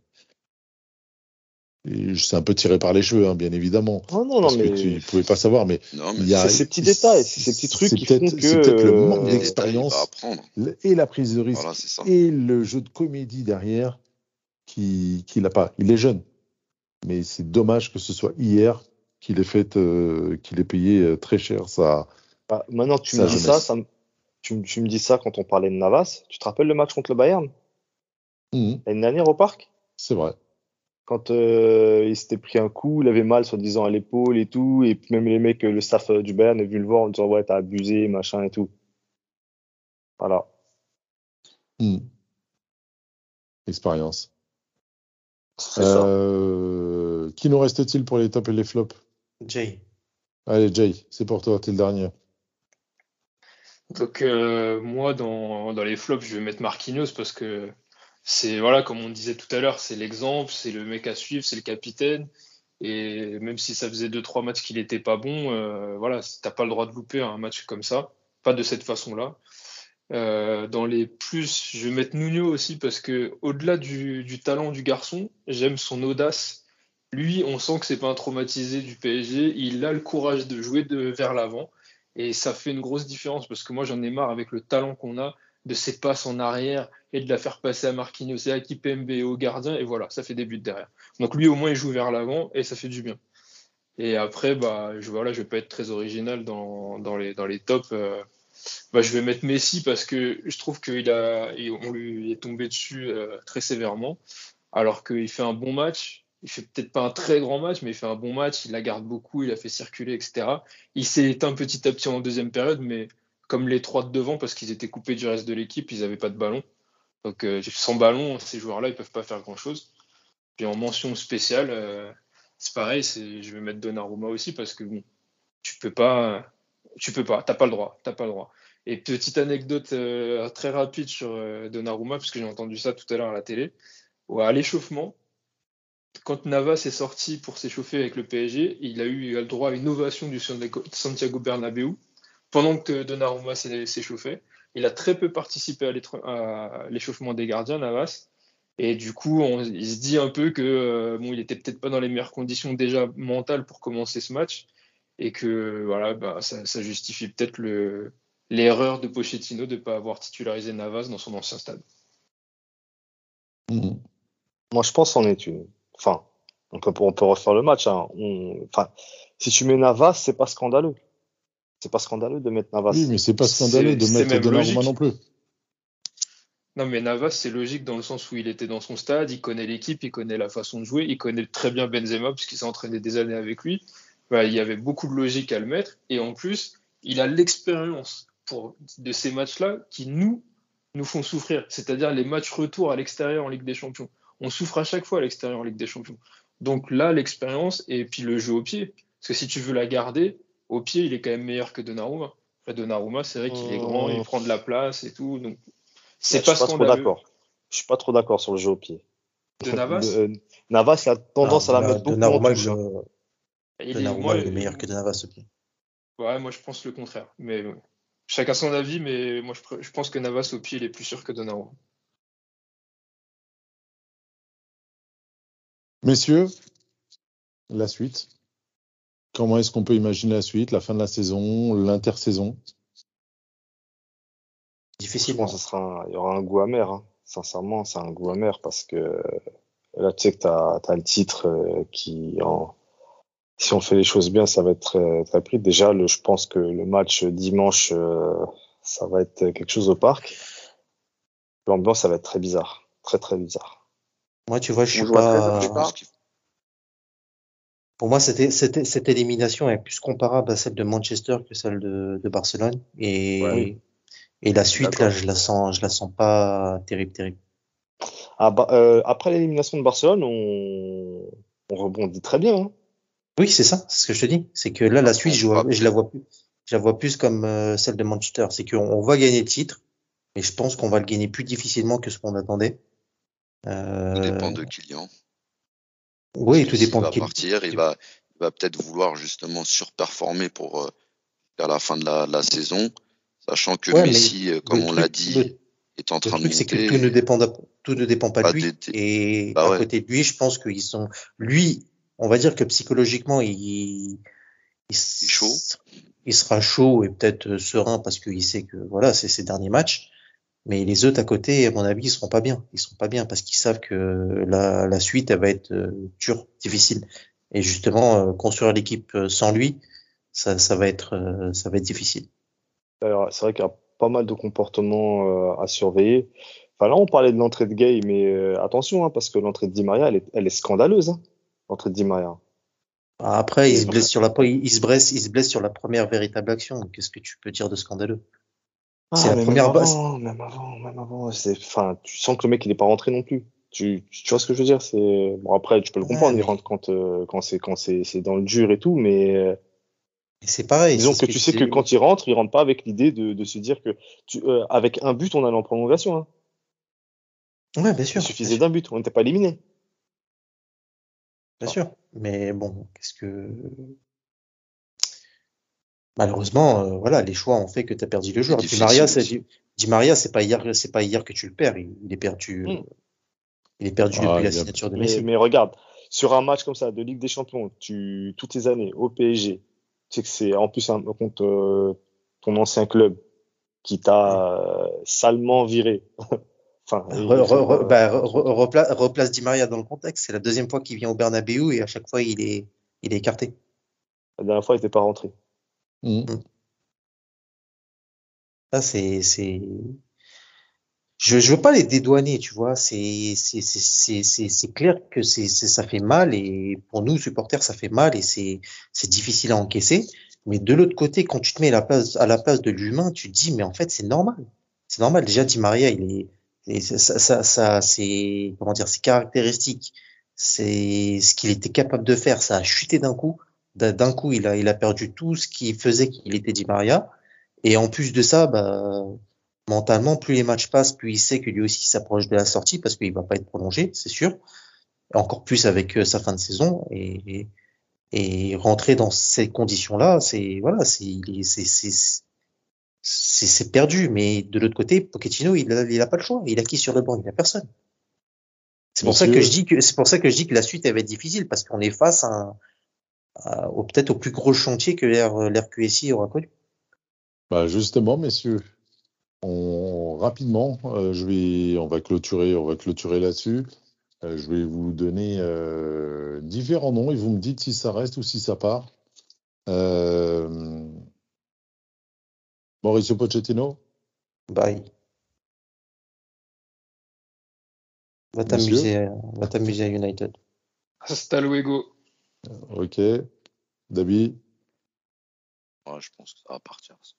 Et c'est un peu tiré par les cheveux, hein, bien évidemment. Non, Parce que mais tu ne pouvais pas savoir, mais Non, mais il y a, c'est ces petits détails, c'est ces petits trucs c'est qui font peut-être- que c'est peut-être le manque les détails, il va d'expérience apprendre. et la prise de risque Voilà, c'est ça. et le jeu de comédie derrière qu'il n'a pas. Il est jeune, mais c'est dommage que ce soit hier qu'il ait payé très cher Bah, maintenant que tu sa me dis ça, jeunesse. tu me dis ça quand on parlait de Navas. Tu te rappelles le match contre le Bayern l'année dernière au parc? C'est vrai. Quand il s'était pris un coup, il avait mal soi-disant à l'épaule et tout, et puis même les mecs, le staff du Bayern est venu le voir en disant ouais t'as abusé, machin et tout. Voilà. Expérience. C'est ça. Qui nous reste-t-il pour les tops et les flops? Jay. Allez, Jay, c'est pour toi, t'es le dernier. Donc moi dans les flops je vais mettre Marquinhos parce que c'est voilà comme on disait tout à l'heure c'est l'exemple, c'est le mec à suivre, c'est le capitaine et même si ça faisait 2-3 matchs qu'il était pas bon, voilà t'as pas le droit de louper un match comme ça, pas de cette façon-là. Dans les plus je vais mettre Nuno aussi parce que au-delà du talent du garçon, j'aime son audace. Lui on sent que c'est pas un traumatisé du PSG, il a le courage de jouer vers l'avant. Et ça fait une grosse différence parce que moi j'en ai marre avec le talent qu'on a de ces passes en arrière et de la faire passer à Marquinhos et à Kipembe et au gardien et voilà, ça fait des buts derrière. Donc lui au moins il joue vers l'avant et ça fait du bien. Et après je vais pas être très original dans les tops. Je vais mettre Messi parce que je trouve on lui est tombé dessus très sévèrement alors qu'il fait un bon match. Il fait peut-être pas un très grand match, mais il fait un bon match. Il la garde beaucoup, il a fait circuler, etc. Il s'est éteint petit à petit en deuxième période, mais comme les trois de devant, parce qu'ils étaient coupés du reste de l'équipe, ils n'avaient pas de ballon. Donc sans ballon, ces joueurs-là, ils peuvent pas faire grand-chose. Puis en mention spéciale, c'est pareil, je vais mettre Donnarumma aussi parce que bon, tu peux pas, t'as pas le droit. Et petite anecdote très rapide sur Donnarumma, parce que j'ai entendu ça tout à l'heure à la télé. Ouais, à l'échauffement, quand Navas est sorti pour s'échauffer avec le PSG, il a eu le droit à une ovation du Santiago Bernabéu pendant que Donnarumma s'échauffait. Il a très peu participé à l'échauffement des gardiens, Navas. Et du coup, il se dit un peu que il était peut-être pas dans les meilleures conditions déjà mentales pour commencer ce match. Et que voilà, ça justifie peut-être l'erreur de Pochettino de ne pas avoir titularisé Navas dans son ancien stade. Moi, je pense en est une. Enfin, donc on peut refaire le match. Hein. Enfin, si tu mets Navas, c'est pas scandaleux. C'est pas scandaleux de mettre Navas. Oui, mais c'est pas scandaleux de C'est mettre même Donnarumma logique. non plus. Non, mais Navas, c'est logique dans le sens où il était dans son stade, il connaît l'équipe, il connaît la façon de jouer, il connaît très bien Benzema puisqu'il s'est entraîné des années avec lui. Voilà, il y avait beaucoup de logique à le mettre. Et en plus, il a l'expérience de ces matchs-là qui nous font souffrir. C'est-à-dire les matchs retour à l'extérieur en Ligue des Champions. On souffre à chaque fois à l'extérieur en Ligue des Champions. Donc là, l'expérience et puis le jeu au pied. Parce que si tu veux la garder, au pied, il est quand même meilleur que Donnarumma. Après, Donnarumma, c'est vrai qu'il est grand, il prend de la place et tout. Donc, Je c'est suis pas pas trop scandaleux. d'accord. Je suis pas trop d'accord sur le jeu au pied. De Navas, Navas, il a tendance à la mettre beaucoup en Donnarumma, touche. Hein. Donnarumma, il est meilleur que Navas au pied. ouais, moi je pense le contraire. Mais chacun son avis, mais moi je pense que Navas au pied, il est plus sûr que Donnarumma. Messieurs, la suite. Comment est-ce qu'on peut imaginer la suite, la fin de la saison, l'intersaison? Difficilement. Il y aura un goût amer. Hein. Sincèrement, c'est un goût amer parce que là, tu sais que t'as le titre si on fait les choses bien, ça va être très, très pris. Déjà, je pense que le match dimanche, ça va être quelque chose au parc. L'ambiance, ça va être très bizarre. Très, très bizarre. Moi, tu vois, je On suis joue à 13h, pas. c'est ça? Pour moi, cette élimination est plus comparable à celle de Manchester que celle de Barcelone. Ouais. Et la suite, là, D'accord. je la sens pas terrible. Après l'élimination de Barcelone, on rebondit très bien. Hein. Oui, c'est ça, c'est ce que je te dis. C'est que là, la suite, On frappe. je la vois plus comme celle de Manchester. C'est qu'on va gagner le titre, mais je pense qu'on va le gagner plus difficilement que ce qu'on attendait. Tout dépend Euh, de Kylian. Parce oui, que tout s'il dépend de va qui. partir, il va peut-être vouloir justement surperformer pour vers la fin de la saison, sachant que Ouais, mais Messi, comme le on l'a truc, dit, est en le train de truc, c'est que monter. tout ne dépend pas de Pas lui. Et bah à ouais, côté de lui, je pense lui, on va dire que psychologiquement, il, il est chaud. il sera chaud et peut-être serein parce qu'il sait que voilà, c'est ses derniers matchs. Mais les autres à côté, à mon avis, ils seront pas bien. Ils seront pas bien parce qu'ils savent que la suite, elle va être dure, difficile. Et justement, construire l'équipe sans lui, ça va être difficile. Alors, c'est vrai qu'il y a pas mal de comportements à surveiller. Enfin, là, on parlait de l'entrée de Gay, mais attention, hein, parce que l'entrée de Di Maria, elle est scandaleuse. Hein, l'entrée de Di Maria. Après, Et vra- il se blesse sur la première véritable action. Qu'est-ce que tu peux dire de scandaleux? C'est Ah, la mais première base. même avant, enfin, tu sens que le mec, il est pas rentré non plus. Tu vois ce que je veux dire? Bon, après, tu peux le Ouais, comprendre, il mais rentre quand c'est dans le dur et tout, mais c'est pareil. disons C'est ce que que tu sais que quand il rentre pas avec l'idée de se dire que avec un but, on allait en prolongation. Hein. ouais, Il suffisait d'un but, on n'était pas éliminé. bien sûr. Mais bon, malheureusement, voilà, les choix ont fait que tu as perdu le C'est joueur. difficile aussi. Di Maria, c'est pas hier que tu le perds. Hmm. Il est perdu Ah, depuis la il y a- signature de Mais, Messi. mais regarde, sur un match comme ça de Ligue des Champions, toutes les années au PSG, tu sais que c'est en plus contre ton ancien club qui Ouais. t'a salement viré. Enfin, et Replace Di Maria dans le contexte. C'est la deuxième fois qu'il vient au Bernabéu et à chaque fois, il est écarté. la dernière fois, il n'était pas rentré. Mm. Mm. Ça, je veux pas les dédouaner, tu vois. C'est clair que ça fait mal et pour nous, supporters, ça fait mal et c'est difficile à encaisser. Mais de l'autre côté, quand tu te mets à la place de l'humain, tu te dis, mais en fait, c'est normal. C'est normal. Déjà, Di Maria, c'est, comment dire, ses caractéristiques, c'est ce qu'il était capable de faire. Ça a chuté d'un coup. D'un coup, il a perdu tout ce qui faisait qu'il était Di Maria. Et en plus de ça, bah, mentalement, plus les matchs passent, plus il sait que lui aussi s'approche de la sortie parce qu'il va pas être prolongé, c'est sûr. Encore plus avec sa fin de saison et rentrer dans ces conditions-là, c'est voilà, c'est perdu. Mais de l'autre côté, Pochettino, il a pas le choix. Il a qui sur le banc? Il a personne. Messieurs, C'est pour ça que je dis que la suite elle va être difficile parce qu'on est face peut-être au plus gros chantier que l'RQSI aura connu. bah justement, messieurs, rapidement, on va clôturer là-dessus. Je vais vous donner différents noms et vous me dites si ça reste ou si ça part. Euh, Mauricio Pochettino, Bye. Va Messieurs. t'amuser à United. Hasta luego. Ok. Dabi. Ouais, je pense que ça va partir. Ça.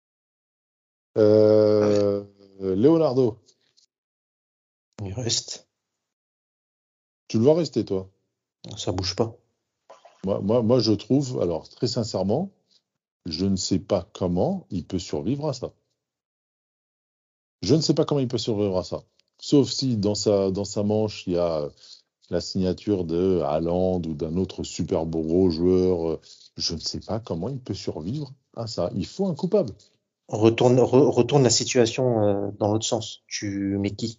Leonardo. Il reste. Tu le vois rester, toi? Ça bouge pas. Moi, je trouve, alors très sincèrement, je ne sais pas comment il peut survivre à ça. Je ne sais pas comment il peut survivre à ça. Sauf si dans sa manche, il y a la signature de Haaland ou d'un autre super gros joueur. Je ne sais pas comment il peut survivre à ça. Il faut un coupable. Retourne la situation dans l'autre sens. Tu mets qui?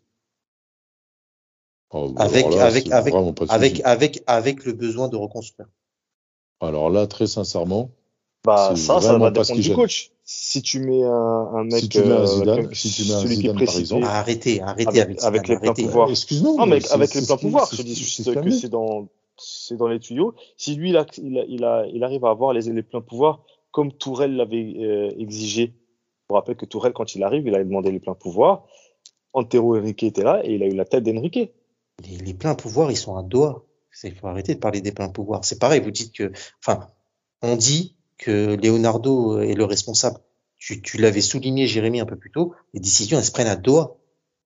Oh, Avec, alors là, avec, c'est avec, vraiment pas de avec, souci. avec le besoin de reconstruire. Alors là, très sincèrement, Bah, c'est ça vraiment va pas ce dépendre qui du gêne. coach. Si tu mets un Si mec, tu mets un Zidane, si tu mets un celui qui est Zidane par précité, exemple, Arrêtez avec avec Zidane, les pleins arrêtez. pouvoirs. excuse-moi, Non, mais mais avec les pleins pouvoirs, je te dis c'est juste ce qu'il a que amené. c'est dans les tuyaux. Si lui, il arrive à avoir les pleins pouvoirs, comme Tourelle l'avait exigé. Je vous rappelle que Tourelle, quand il arrive, il avait demandé les pleins pouvoirs. Antero Henrique était là et il a eu la tête d'Henrique. Les pleins pouvoirs, ils sont à Doha. Il faut arrêter de parler des pleins pouvoirs. C'est pareil, vous dites que, enfin, on dit que Leonardo est le responsable. Tu l'avais souligné, Jérémy, un peu plus tôt. Les décisions, elles se prennent à Doha.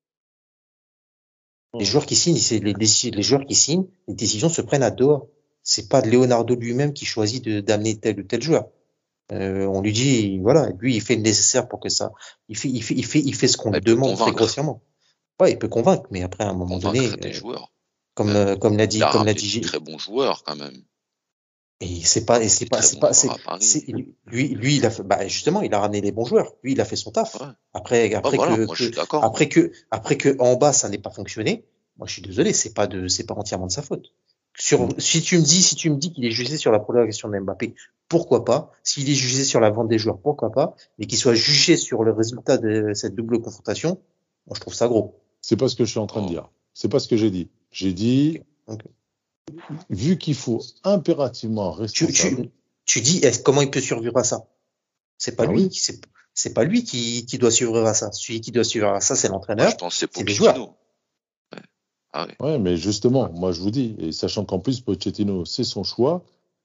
Les joueurs qui signent, les joueurs qui signent, les décisions se prennent à Doha. C'est pas Leonardo lui-même qui choisit d'amener tel ou tel joueur. On lui dit, voilà, lui, il fait le nécessaire pour que ça, il fait ce qu'on lui Il peut demande très convaincre. grossièrement. Ouais, il peut convaincre, mais après, à un moment donné, Convaincre des joueurs. comme Il a l'a dit ramené de très bons joueurs quand même. et c'est pas, Des très bons joueurs à Paris. lui, il a fait, bah, justement, il a ramené les bons joueurs. Lui, il a fait son taf. Ouais. Après Voilà, moi je suis d'accord. après que en bas, ça n'ait pas fonctionné, moi, je suis désolé, c'est pas entièrement de sa faute. Si tu me dis qu'il est jugé sur la prolongation de Mbappé, pourquoi pas? S'il est jugé sur la vente des joueurs, pourquoi pas? Mais qu'il soit jugé sur le résultat de cette double confrontation, moi, je trouve ça gros. C'est pas ce que je suis en train de Oh. dire. C'est pas ce que j'ai dit. J'ai dit, Ok. vu qu'il faut impérativement un responsable. Tu dis, comment il peut survivre à ça? C'est pas Ah lui, oui. c'est pas lui qui doit survivre à ça. Celui qui doit survivre à ça, c'est Moi, l'entraîneur, je pense que c'est c'est les joueurs. Pochettino. Ouais. Ah ouais. Ouais, mais justement, moi je vous dis, et sachant qu'en plus Pochettino, c'est son choix,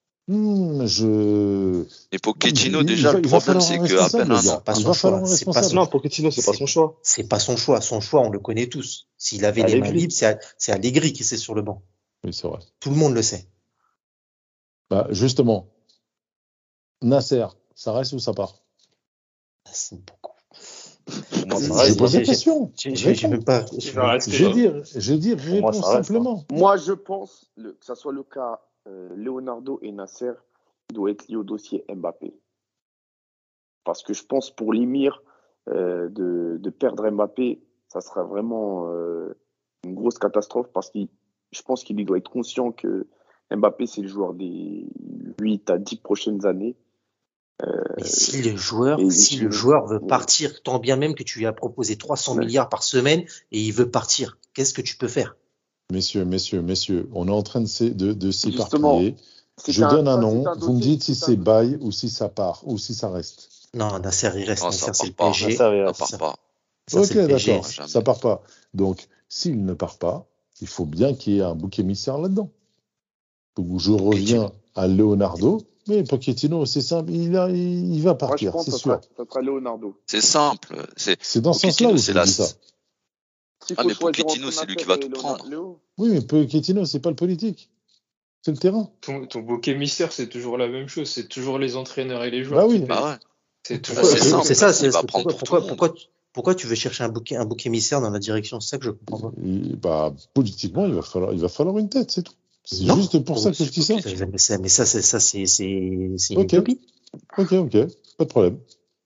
Et Pochettino, il déjà, va- le il va problème, falloir c'est un qu'à responsable, peine les un gars. an. Pas Il son va choix, falloir un c'est pas responsable. Non, Pochettino, c'est pas son choix. C'est pas son choix. Son choix, on le connaît tous. S'il avait les mains Allegri. libres, c'est Allegri qui est sur le banc. Oui, c'est vrai. Tout le monde le sait. Bah, justement, Nasser, ça reste ou ça part? C'est beaucoup. Pour moi, ça Je reste. Je pose la j'ai- question. j'ai même pas. Il va rester. Je dis, Pour moi, réponds ça reste, simplement. Moi, je pense que ça soit le cas Leonardo et Nasser, il doit être lié au dossier Mbappé. Parce que je pense pour l'Émir, de perdre Mbappé, ça sera vraiment une grosse catastrophe parce que je pense qu'il doit être conscient que Mbappé, c'est le joueur des 8 à 10 prochaines années. Mais si le joueur veut partir, tant bien même que tu lui as proposé 300 Ouais. milliards par semaine et il veut partir, qu'est-ce que tu peux faire? Messieurs, on est en train de Justement, s'éparpiller. Je donne un nom, vous me dites si c'est bail ou si ça part ou si ça reste. Non, Nasser, il reste. Non, Nasser, ça c'est le part pas. PSG. Ça reste. Ça part pas. Ça, Ok, c'est le PSG. d'accord, Jamais. ça part pas. Donc, s'il ne part pas, il faut bien qu'il y ait un bouc émissaire là-dedans. Donc, je reviens à Leonardo, mais Pochettino, c'est simple, il va Moi, je partir, pense c'est que sûr. ça sera Leonardo. C'est simple. C'est dans ce sens-là Pochettino, où c'est je vous dis ça. S'il Ah, faut mais choisir Pochettino, entre c'est lui Nasser qui va et tout prendre. Léo, Oui, mais Pochettino, c'est pas le politique. C'est le terrain. Ton bouc émissaire, c'est toujours la même chose. C'est toujours les entraîneurs et les joueurs Bah qui oui. payent. Bah ouais. C'est toujours C'est la même simple. chose. C'est ça, Il va prendre pour tout le monde. pourquoi tu veux chercher un bouc émissaire dans la direction? C'est ça que je comprends pas. Bah, politiquement, il va falloir une tête, c'est tout. C'est Non. juste pour ça que je dis ça. Mais ça, c'est une Ok. utopie. Ok, pas de problème.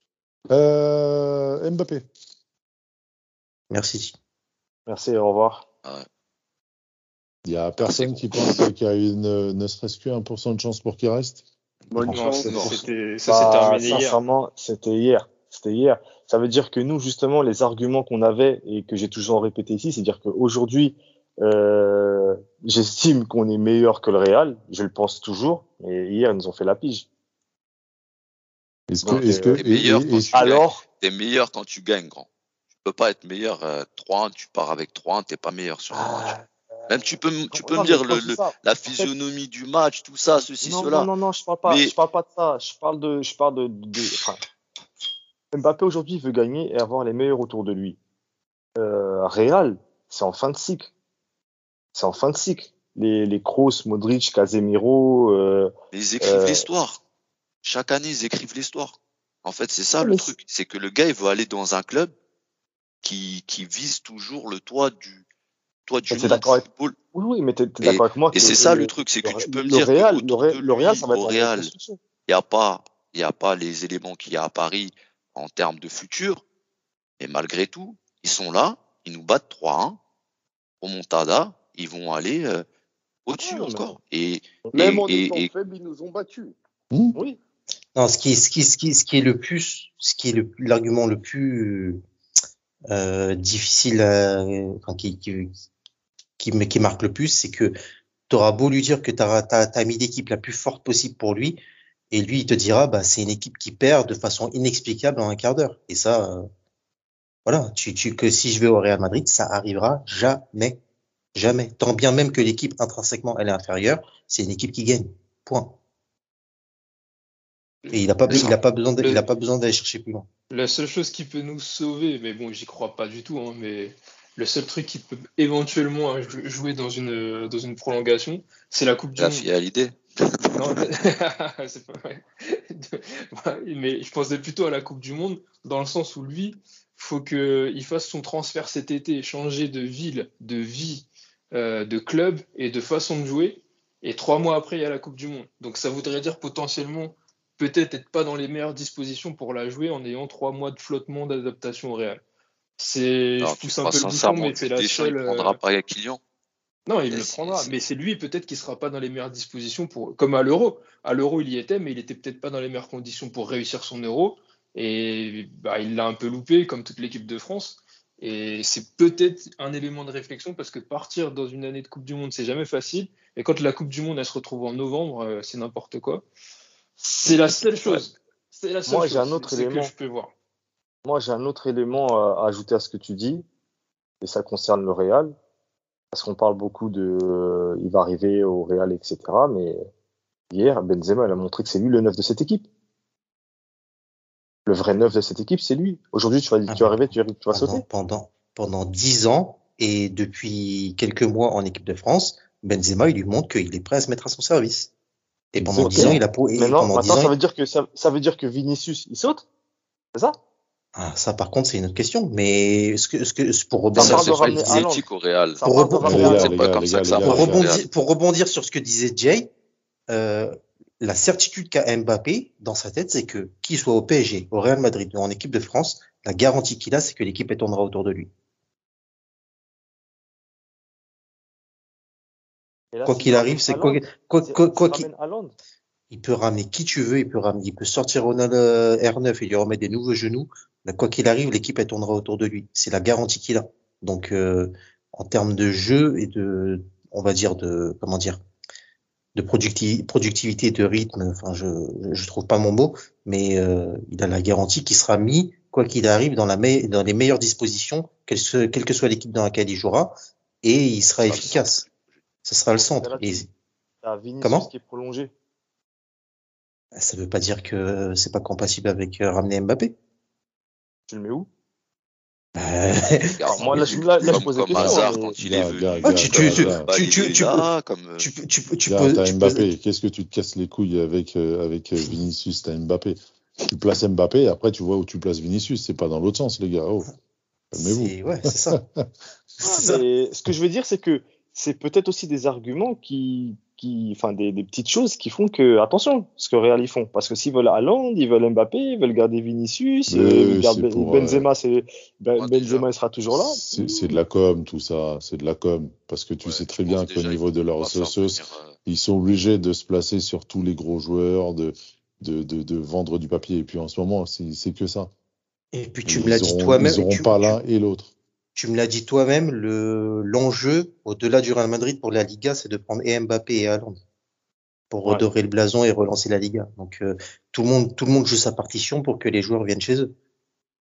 Mbappé. Merci. Merci, au revoir. Il n'y a personne qui pense qu'il y a ne serait-ce que 1% de chance pour qu'il reste. bonne Non, chance. c'est pour- Ça s'est terminé hier. Sincèrement, c'était hier. Ça veut dire que nous, justement, les arguments qu'on avait et que j'ai toujours répété ici, c'est-à-dire qu'aujourd'hui, j'estime qu'on est meilleur que le Real. Je le pense toujours. Et hier, ils nous ont fait la pige. Est-ce Donc, que, t'es meilleur quand tu Alors, T'es meilleur quand tu gagnes, grand. peux pas être meilleur. 3-1, tu pars avec 3-1, t'es pas meilleur sur un match. Même tu peux Non, me mais dire quand je dis ça, la en fait, physionomie du match, tout ça, ceci, non, cela. je Mais parle pas de ça. Enfin, Mbappé aujourd'hui veut gagner et avoir les meilleurs autour de lui. Real, c'est en fin de cycle. C'est en fin de cycle. Les Kroos, Modric, Casemiro, ils écrivent l'histoire. Chaque année, ils écrivent l'histoire. En fait, c'est ça le mais truc. C'est que le gars, il veut aller dans un club qui vise toujours le toit du t'es monde d'accord avec, football. oui, mais t'es Et, d'accord avec moi et que c'est ça le truc, c'est que tu peux me dire que autour de le Real, lui, ça va au être en Real, reconstruction. il y a pas les éléments qu'il y a à Paris en termes de futur. Mais malgré tout, ils sont là, ils nous battent 3-1. Remontada, ils vont aller au-dessus Ouais, non, mais encore. Même en étant Et faibles, ils nous ont battus. oui. Non, ce qui est le plus, l'argument le plus difficile, enfin, qui marque le plus, c'est que t'auras beau lui dire que t'as mis l'équipe la plus forte possible pour lui, et lui il te dira bah c'est une équipe qui perd de façon inexplicable en un quart d'heure. Et ça, voilà, que si je vais au Real Madrid, ça arrivera jamais, jamais. Tant bien même que l'équipe intrinsèquement elle est inférieure, c'est une équipe qui gagne. Point. Et il a pas besoin d'aller chercher plus loin. La seule chose qui peut nous sauver, mais bon, j'y crois pas du tout, hein, mais le seul truc qui peut éventuellement jouer dans une prolongation, c'est la Coupe du la Monde. finalité. Non, c'est pas vrai. Mais je pensais plutôt à la Coupe du Monde, dans le sens où lui, faut qu'il fasse son transfert cet été, changer de ville, de vie, de club et de façon de jouer. Et 3 mois après, il y a la Coupe du Monde. Donc ça voudrait dire potentiellement peut-être être pas dans les meilleures dispositions pour la jouer en ayant 3 mois de flottement d'adaptation au Real. Je Alors, tu pousse un crois peu le bouchon, sincèrement mais que c'est la Deschamps, il seule. prendra pas Kylian? Non, il Et le prendra, mais c'est lui peut-être qui sera pas dans les meilleures dispositions pour, comme à l'Euro. À l'Euro, il y était, mais il était peut-être pas dans les meilleures conditions pour réussir son Euro. Et bah, il l'a un peu loupé, comme toute l'équipe de France. Et c'est peut-être un élément de réflexion parce que partir dans une année de Coupe du Monde, c'est jamais facile. Et quand la Coupe du Monde, elle se retrouve en novembre, c'est n'importe quoi. C'est la seule Ouais. chose. C'est la seule Moi, j'ai un chose. autre C'est que élément. je peux voir. Moi, j'ai un autre élément à ajouter à ce que tu dis, et ça concerne le Real, parce qu'on parle beaucoup il va arriver au Real, etc. Mais hier, Benzema, il a montré que c'est lui le neuf de cette équipe. Le vrai neuf de cette équipe, c'est lui. Aujourd'hui, tu vas arriver, tu vas sauter. Pendant 10 ans et depuis quelques mois en équipe de France, Benzema, il lui montre qu'il est prêt à se mettre à son service. Et pendant 10 ans, il a Maintenant, ça veut dire que Vinicius, il saute? C'est ça? Ah, ça, par contre, c'est une autre question. Mais pour Ça Ça, parle rebondir de c'est pas ramener une Haaland. politique au Real. Ça parle de ramener Les gars, Haaland. C'est pas comme les ça gars, que ça les gars, marche au les gars. Real. pour rebondir sur ce que disait Jay, la certitude qu'a Mbappé dans sa tête, c'est que qu'il soit au PSG, au Real Madrid ou en équipe de France, la garantie qu'il a, c'est que l'équipe elle tournera autour de lui. Et là, Quoi s'il qu'il ramène arrive, c'est Haaland, quoi s'il qu'il, ramène Haaland, il peut ramener qui tu veux, il peut sortir Ronald R9 et lui remettre des nouveaux genoux. Mais quoi qu'il arrive, l'équipe elle tournera autour de lui. C'est la garantie qu'il a. Donc, en termes de jeu et on va dire comment dire, de productivité, de rythme, enfin, je trouve pas mon mot, mais il a la garantie qu'il sera mis, quoi qu'il arrive, dans les meilleures dispositions, quelle que soit l'équipe dans laquelle il jouera, et il sera Ça sera le efficace. Ce sera le dans ce centre. cas-là, Et t'as Vinicius comment? qui est prolongé. Ça veut pas dire que c'est pas compatible avec ramener Mbappé. Tu le mets où? Garçon, Moi, là, il est je comme posais question, hasard mais quand il est venu. Ah, tu Là, comme T'as Mbappé. Qu'est-ce que tu te casses les couilles avec Vinicius? T'as Mbappé. Tu places Mbappé et après tu vois où tu places Vinicius. C'est pas dans l'autre sens, les gars. Oh, calmez-vous. Ouais, c'est ça. C'est ça. mais ce que je veux dire, c'est que c'est peut-être aussi des arguments enfin, des petites choses qui font que, attention, ce que Real ils font. Parce que s'ils veulent Haaland, ils veulent Mbappé, ils veulent garder Vinicius, ils gardent Benzema, Benzema, il sera toujours là. C'est de la com, tout ça. C'est de la com. Parce que tu sais très bien qu'au niveau de leur sauce, ils sont obligés de se placer sur tous les gros joueurs, de vendre du papier. Et puis en ce moment, c'est que ça. Et puis tu me l'as dit toi-même. Ils n'auront pas l'un et l'autre. Tu me l'as dit toi-même, l'enjeu, au-delà du Real Madrid pour la Liga, c'est de prendre et Mbappé et Haaland pour redorer le blason et relancer la Liga. Donc tout le monde joue sa partition pour que les joueurs viennent chez eux.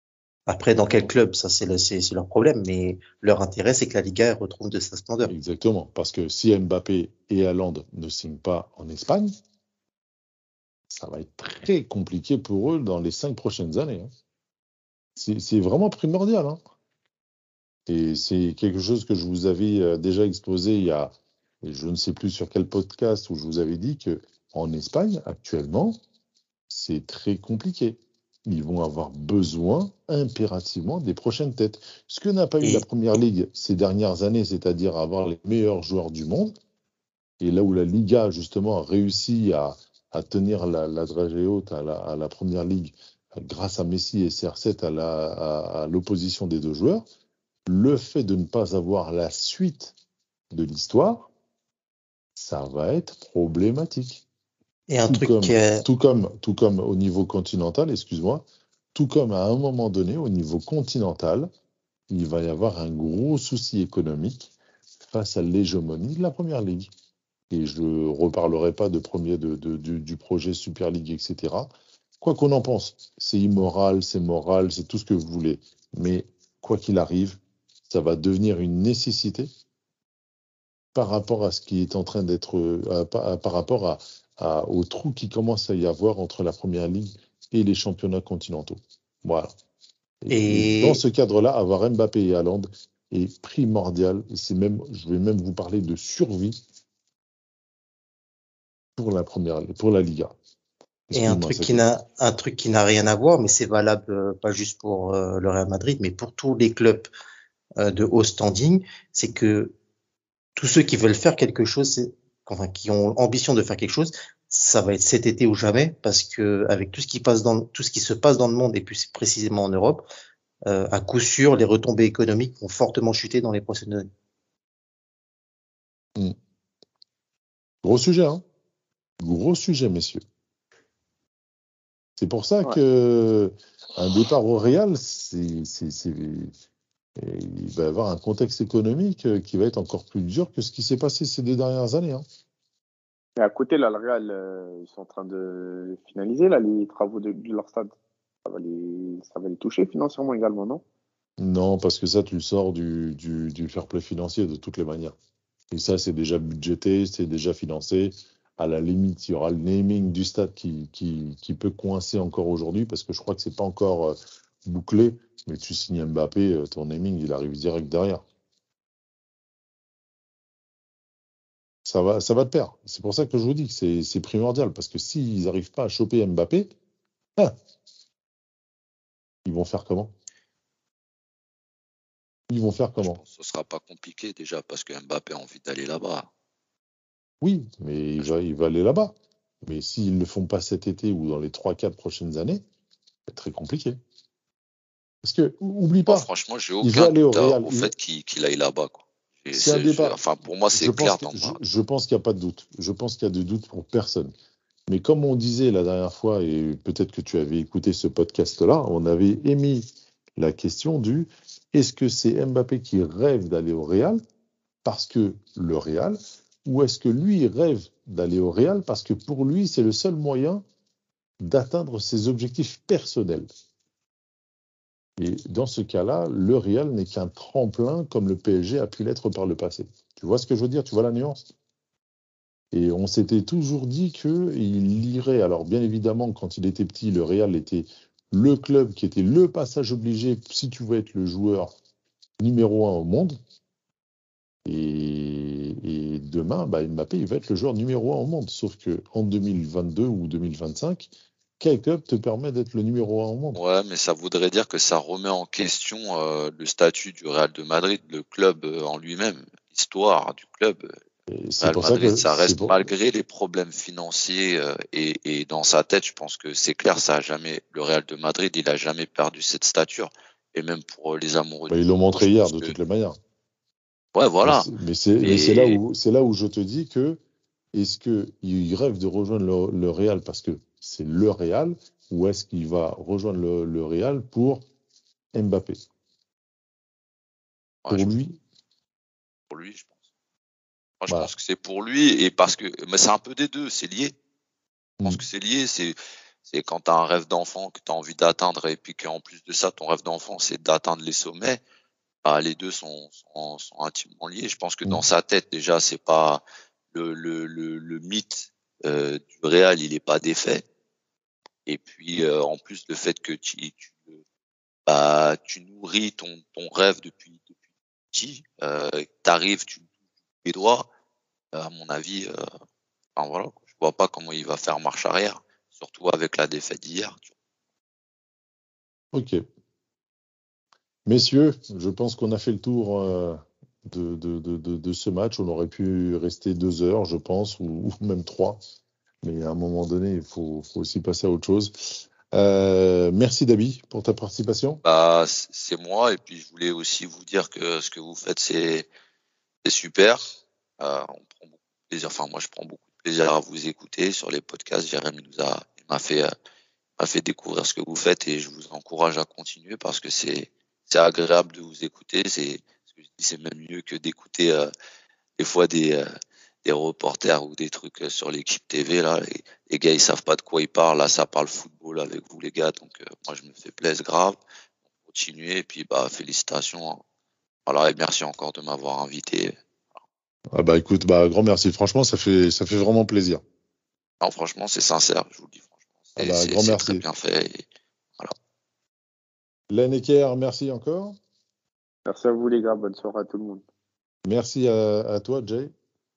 Après, dans quel club, ça c'est leur problème, mais leur intérêt, c'est que la Liga elle retrouve de sa splendeur. Exactement. Parce que si Mbappé et Haaland ne signent pas en Espagne, ça va être très compliqué pour eux dans les 5 prochaines années. Hein. C'est vraiment primordial. Hein. Et c'est quelque chose que je vous avais déjà exposé il y a, je ne sais plus sur quel podcast, où je vous avais dit que en Espagne, actuellement, c'est très compliqué. Ils vont avoir besoin impérativement des prochaines têtes. Ce que n'a pas eu la Et, Première Ligue ces dernières années, c'est-à-dire avoir les meilleurs joueurs du monde, et là où la Liga, justement, a réussi à tenir la dragée haute à la Première Ligue grâce à Messi et CR7 à l'opposition des deux joueurs, le fait de ne pas avoir la suite de l'histoire, ça va être problématique. et un truc qui est, Tout comme au niveau continental, excuse-moi, tout comme à un moment donné, au niveau continental, il va y avoir un gros souci économique face à l'hégémonie de la Première Ligue. Et je ne reparlerai pas du projet Super League, etc. Quoi qu'on en pense, c'est immoral, c'est moral, c'est tout ce que vous voulez. Mais quoi qu'il arrive, ça va devenir une nécessité par rapport à ce qui est en train d'être, par rapport au trou qui commence à y avoir entre la Première Ligue et les championnats continentaux. Voilà. Et dans ce et, cadre-là, avoir Mbappé et Haaland est primordial. Et c'est même, je vais même vous parler de survie pour la Liga. et Excuse-moi, Saki. un truc qui n'a rien à voir, mais c'est valable pas juste pour le Real Madrid, mais pour tous les clubs de haut standing, c'est que tous ceux qui veulent faire quelque chose, enfin qui ont ambition de faire quelque chose, ça va être cet été ou jamais, parce que avec tout ce qui se passe dans le monde et plus précisément en Europe, à coup sûr, les retombées économiques vont fortement chuter dans les prochaines années. Mm. Gros sujet, hein. Gros sujet, messieurs. C'est pour ça Ouais. que un départ au Real, il va y avoir un contexte économique qui va être encore plus dur que ce qui s'est passé ces 2 dernières années. Hein. Et à côté, là, le Real, ils sont en train de finaliser là, les travaux de leur stade. Ça va les toucher financièrement également, non? Non, parce que ça, tu le sors du fair play financier de toutes les manières. Et ça, c'est déjà budgété, c'est déjà financé. À la limite, il y aura le naming du stade qui peut coincer encore aujourd'hui, parce que je crois que c'est pas encore bouclé. Mais tu signes Mbappé, ton naming, il arrive direct derrière. Ça va de pair. C'est pour ça que je vous dis que c'est primordial, parce que s'ils n'arrivent pas à choper Mbappé, ils vont faire comment? Ils vont faire Je comment? pense que ce sera pas compliqué déjà parce que Mbappé a envie d'aller là-bas. Oui, mais il va aller là-bas. Mais s'ils ne le font pas cet été ou dans les 3-4 prochaines années, c'est très compliqué. Parce que, oublie Moi, pas, franchement, j'ai il veut aucun aller au doute Real. au fait qu'il aille là-bas, quoi. C'est un débat. Enfin, pour moi, Je c'est pense clair que, dans moi. je pense qu'il n'y a pas de doute. Je pense qu'il y a de doute pour personne. Mais comme on disait la dernière fois, et peut-être que tu avais écouté ce podcast-là, on avait émis la question du est-ce que c'est Mbappé qui rêve d'aller au Real parce que le Real, ou est-ce que lui rêve d'aller au Real parce que pour lui, c'est le seul moyen d'atteindre ses objectifs personnels. Et dans ce cas-là, le Real n'est qu'un tremplin comme le PSG a pu l'être par le passé. Tu vois ce que je veux dire? Tu vois la nuance? Et on s'était toujours dit qu'il irait. Alors, bien évidemment, quand il était petit, le Real était le club qui était le passage obligé si tu veux être le joueur numéro 1 au monde. Et demain, Mbappé, il va être le joueur numéro 1 au monde. Sauf qu'en 2022 ou 2025, quel club te permet d'être le numéro 1 au monde? Ouais, mais ça voudrait dire que ça remet en question le statut du Real de Madrid, le club en lui-même, l'histoire du club. Et c'est Real pour ça Madrid, que ça reste malgré les problèmes financiers et dans sa tête, je pense que c'est clair, le Real de Madrid, il a jamais perdu cette stature. Et même pour les amoureux du ils l'ont football, je montré hier pense de que toutes les manières. ouais, voilà. Mais c'est là où je te dis que est-ce qu'il rêve de rejoindre le Real parce que c'est le Real ou est-ce qu'il va rejoindre le Real pour Mbappé? Ouais, Pour lui, pour lui, je pense. Moi, je voilà. pense que c'est pour lui et parce que, mais c'est un peu des deux, c'est lié. Je pense Mm. que c'est lié. C'est quand tu as un rêve d'enfant que tu as envie d'atteindre et puis qu'en plus de ça, ton rêve d'enfant, c'est d'atteindre les sommets. Bah, les deux sont intimement liés. Je pense que dans sa tête, déjà, c'est pas le mythe du Real, il est pas défait. Et puis, en plus, le fait que tu nourris ton rêve depuis petit, t'arrives, tu touches les doigts, à mon avis, enfin, voilà, je vois pas comment il va faire marche arrière, surtout avec la défaite d'hier. Ok. Messieurs, je pense qu'on a fait le tour de ce match. On aurait pu rester 2 heures, je pense, ou même 3. Mais à un moment donné, il faut aussi passer à autre chose. Merci Dabi pour ta participation. Bah, c'est moi, et puis je voulais aussi vous dire que ce que vous faites, c'est super. On prend beaucoup de plaisir. Enfin, moi, je prends beaucoup de plaisir à vous écouter sur les podcasts. Jérémy m'a fait découvrir ce que vous faites, et je vous encourage à continuer parce que c'est agréable de vous écouter. C'est même mieux que d'écouter des fois des reporters ou des trucs sur l'équipe TV là. Les gars, ils savent pas de quoi ils parlent. Là, ça parle football avec vous, les gars. Donc, moi, je me fais plaisir grave. Continuez, et puis bah félicitations, hein. Voilà, et merci encore de m'avoir invité. Ah bah écoute, grand merci. Franchement, ça fait vraiment plaisir. Non, franchement, c'est sincère, je vous le dis franchement. Grand C'est merci. très bien fait. Et voilà. Laneker, merci encore. Merci à vous, les gars. Bonne soirée à tout le monde. Merci à toi, Jay.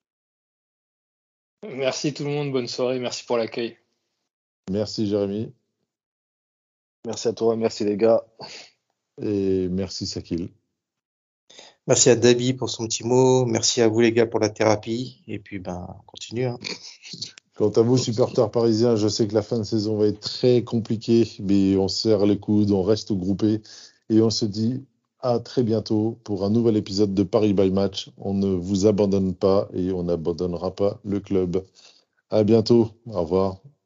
Merci tout le monde, bonne soirée, merci pour l'accueil. Merci, Jérémy. Merci à toi, merci les gars. Et merci, Sakil. Merci à Dabi pour son petit mot. Merci à vous, les gars, pour la thérapie. Et puis, on continue, hein. Quant à vous, supporters parisiens, je sais que la fin de saison va être très compliquée, mais on serre les coudes, on reste groupés et on se dit à très bientôt pour un nouvel épisode de Paris by Match. On ne vous abandonne pas et on n'abandonnera pas le club. À bientôt. Au revoir.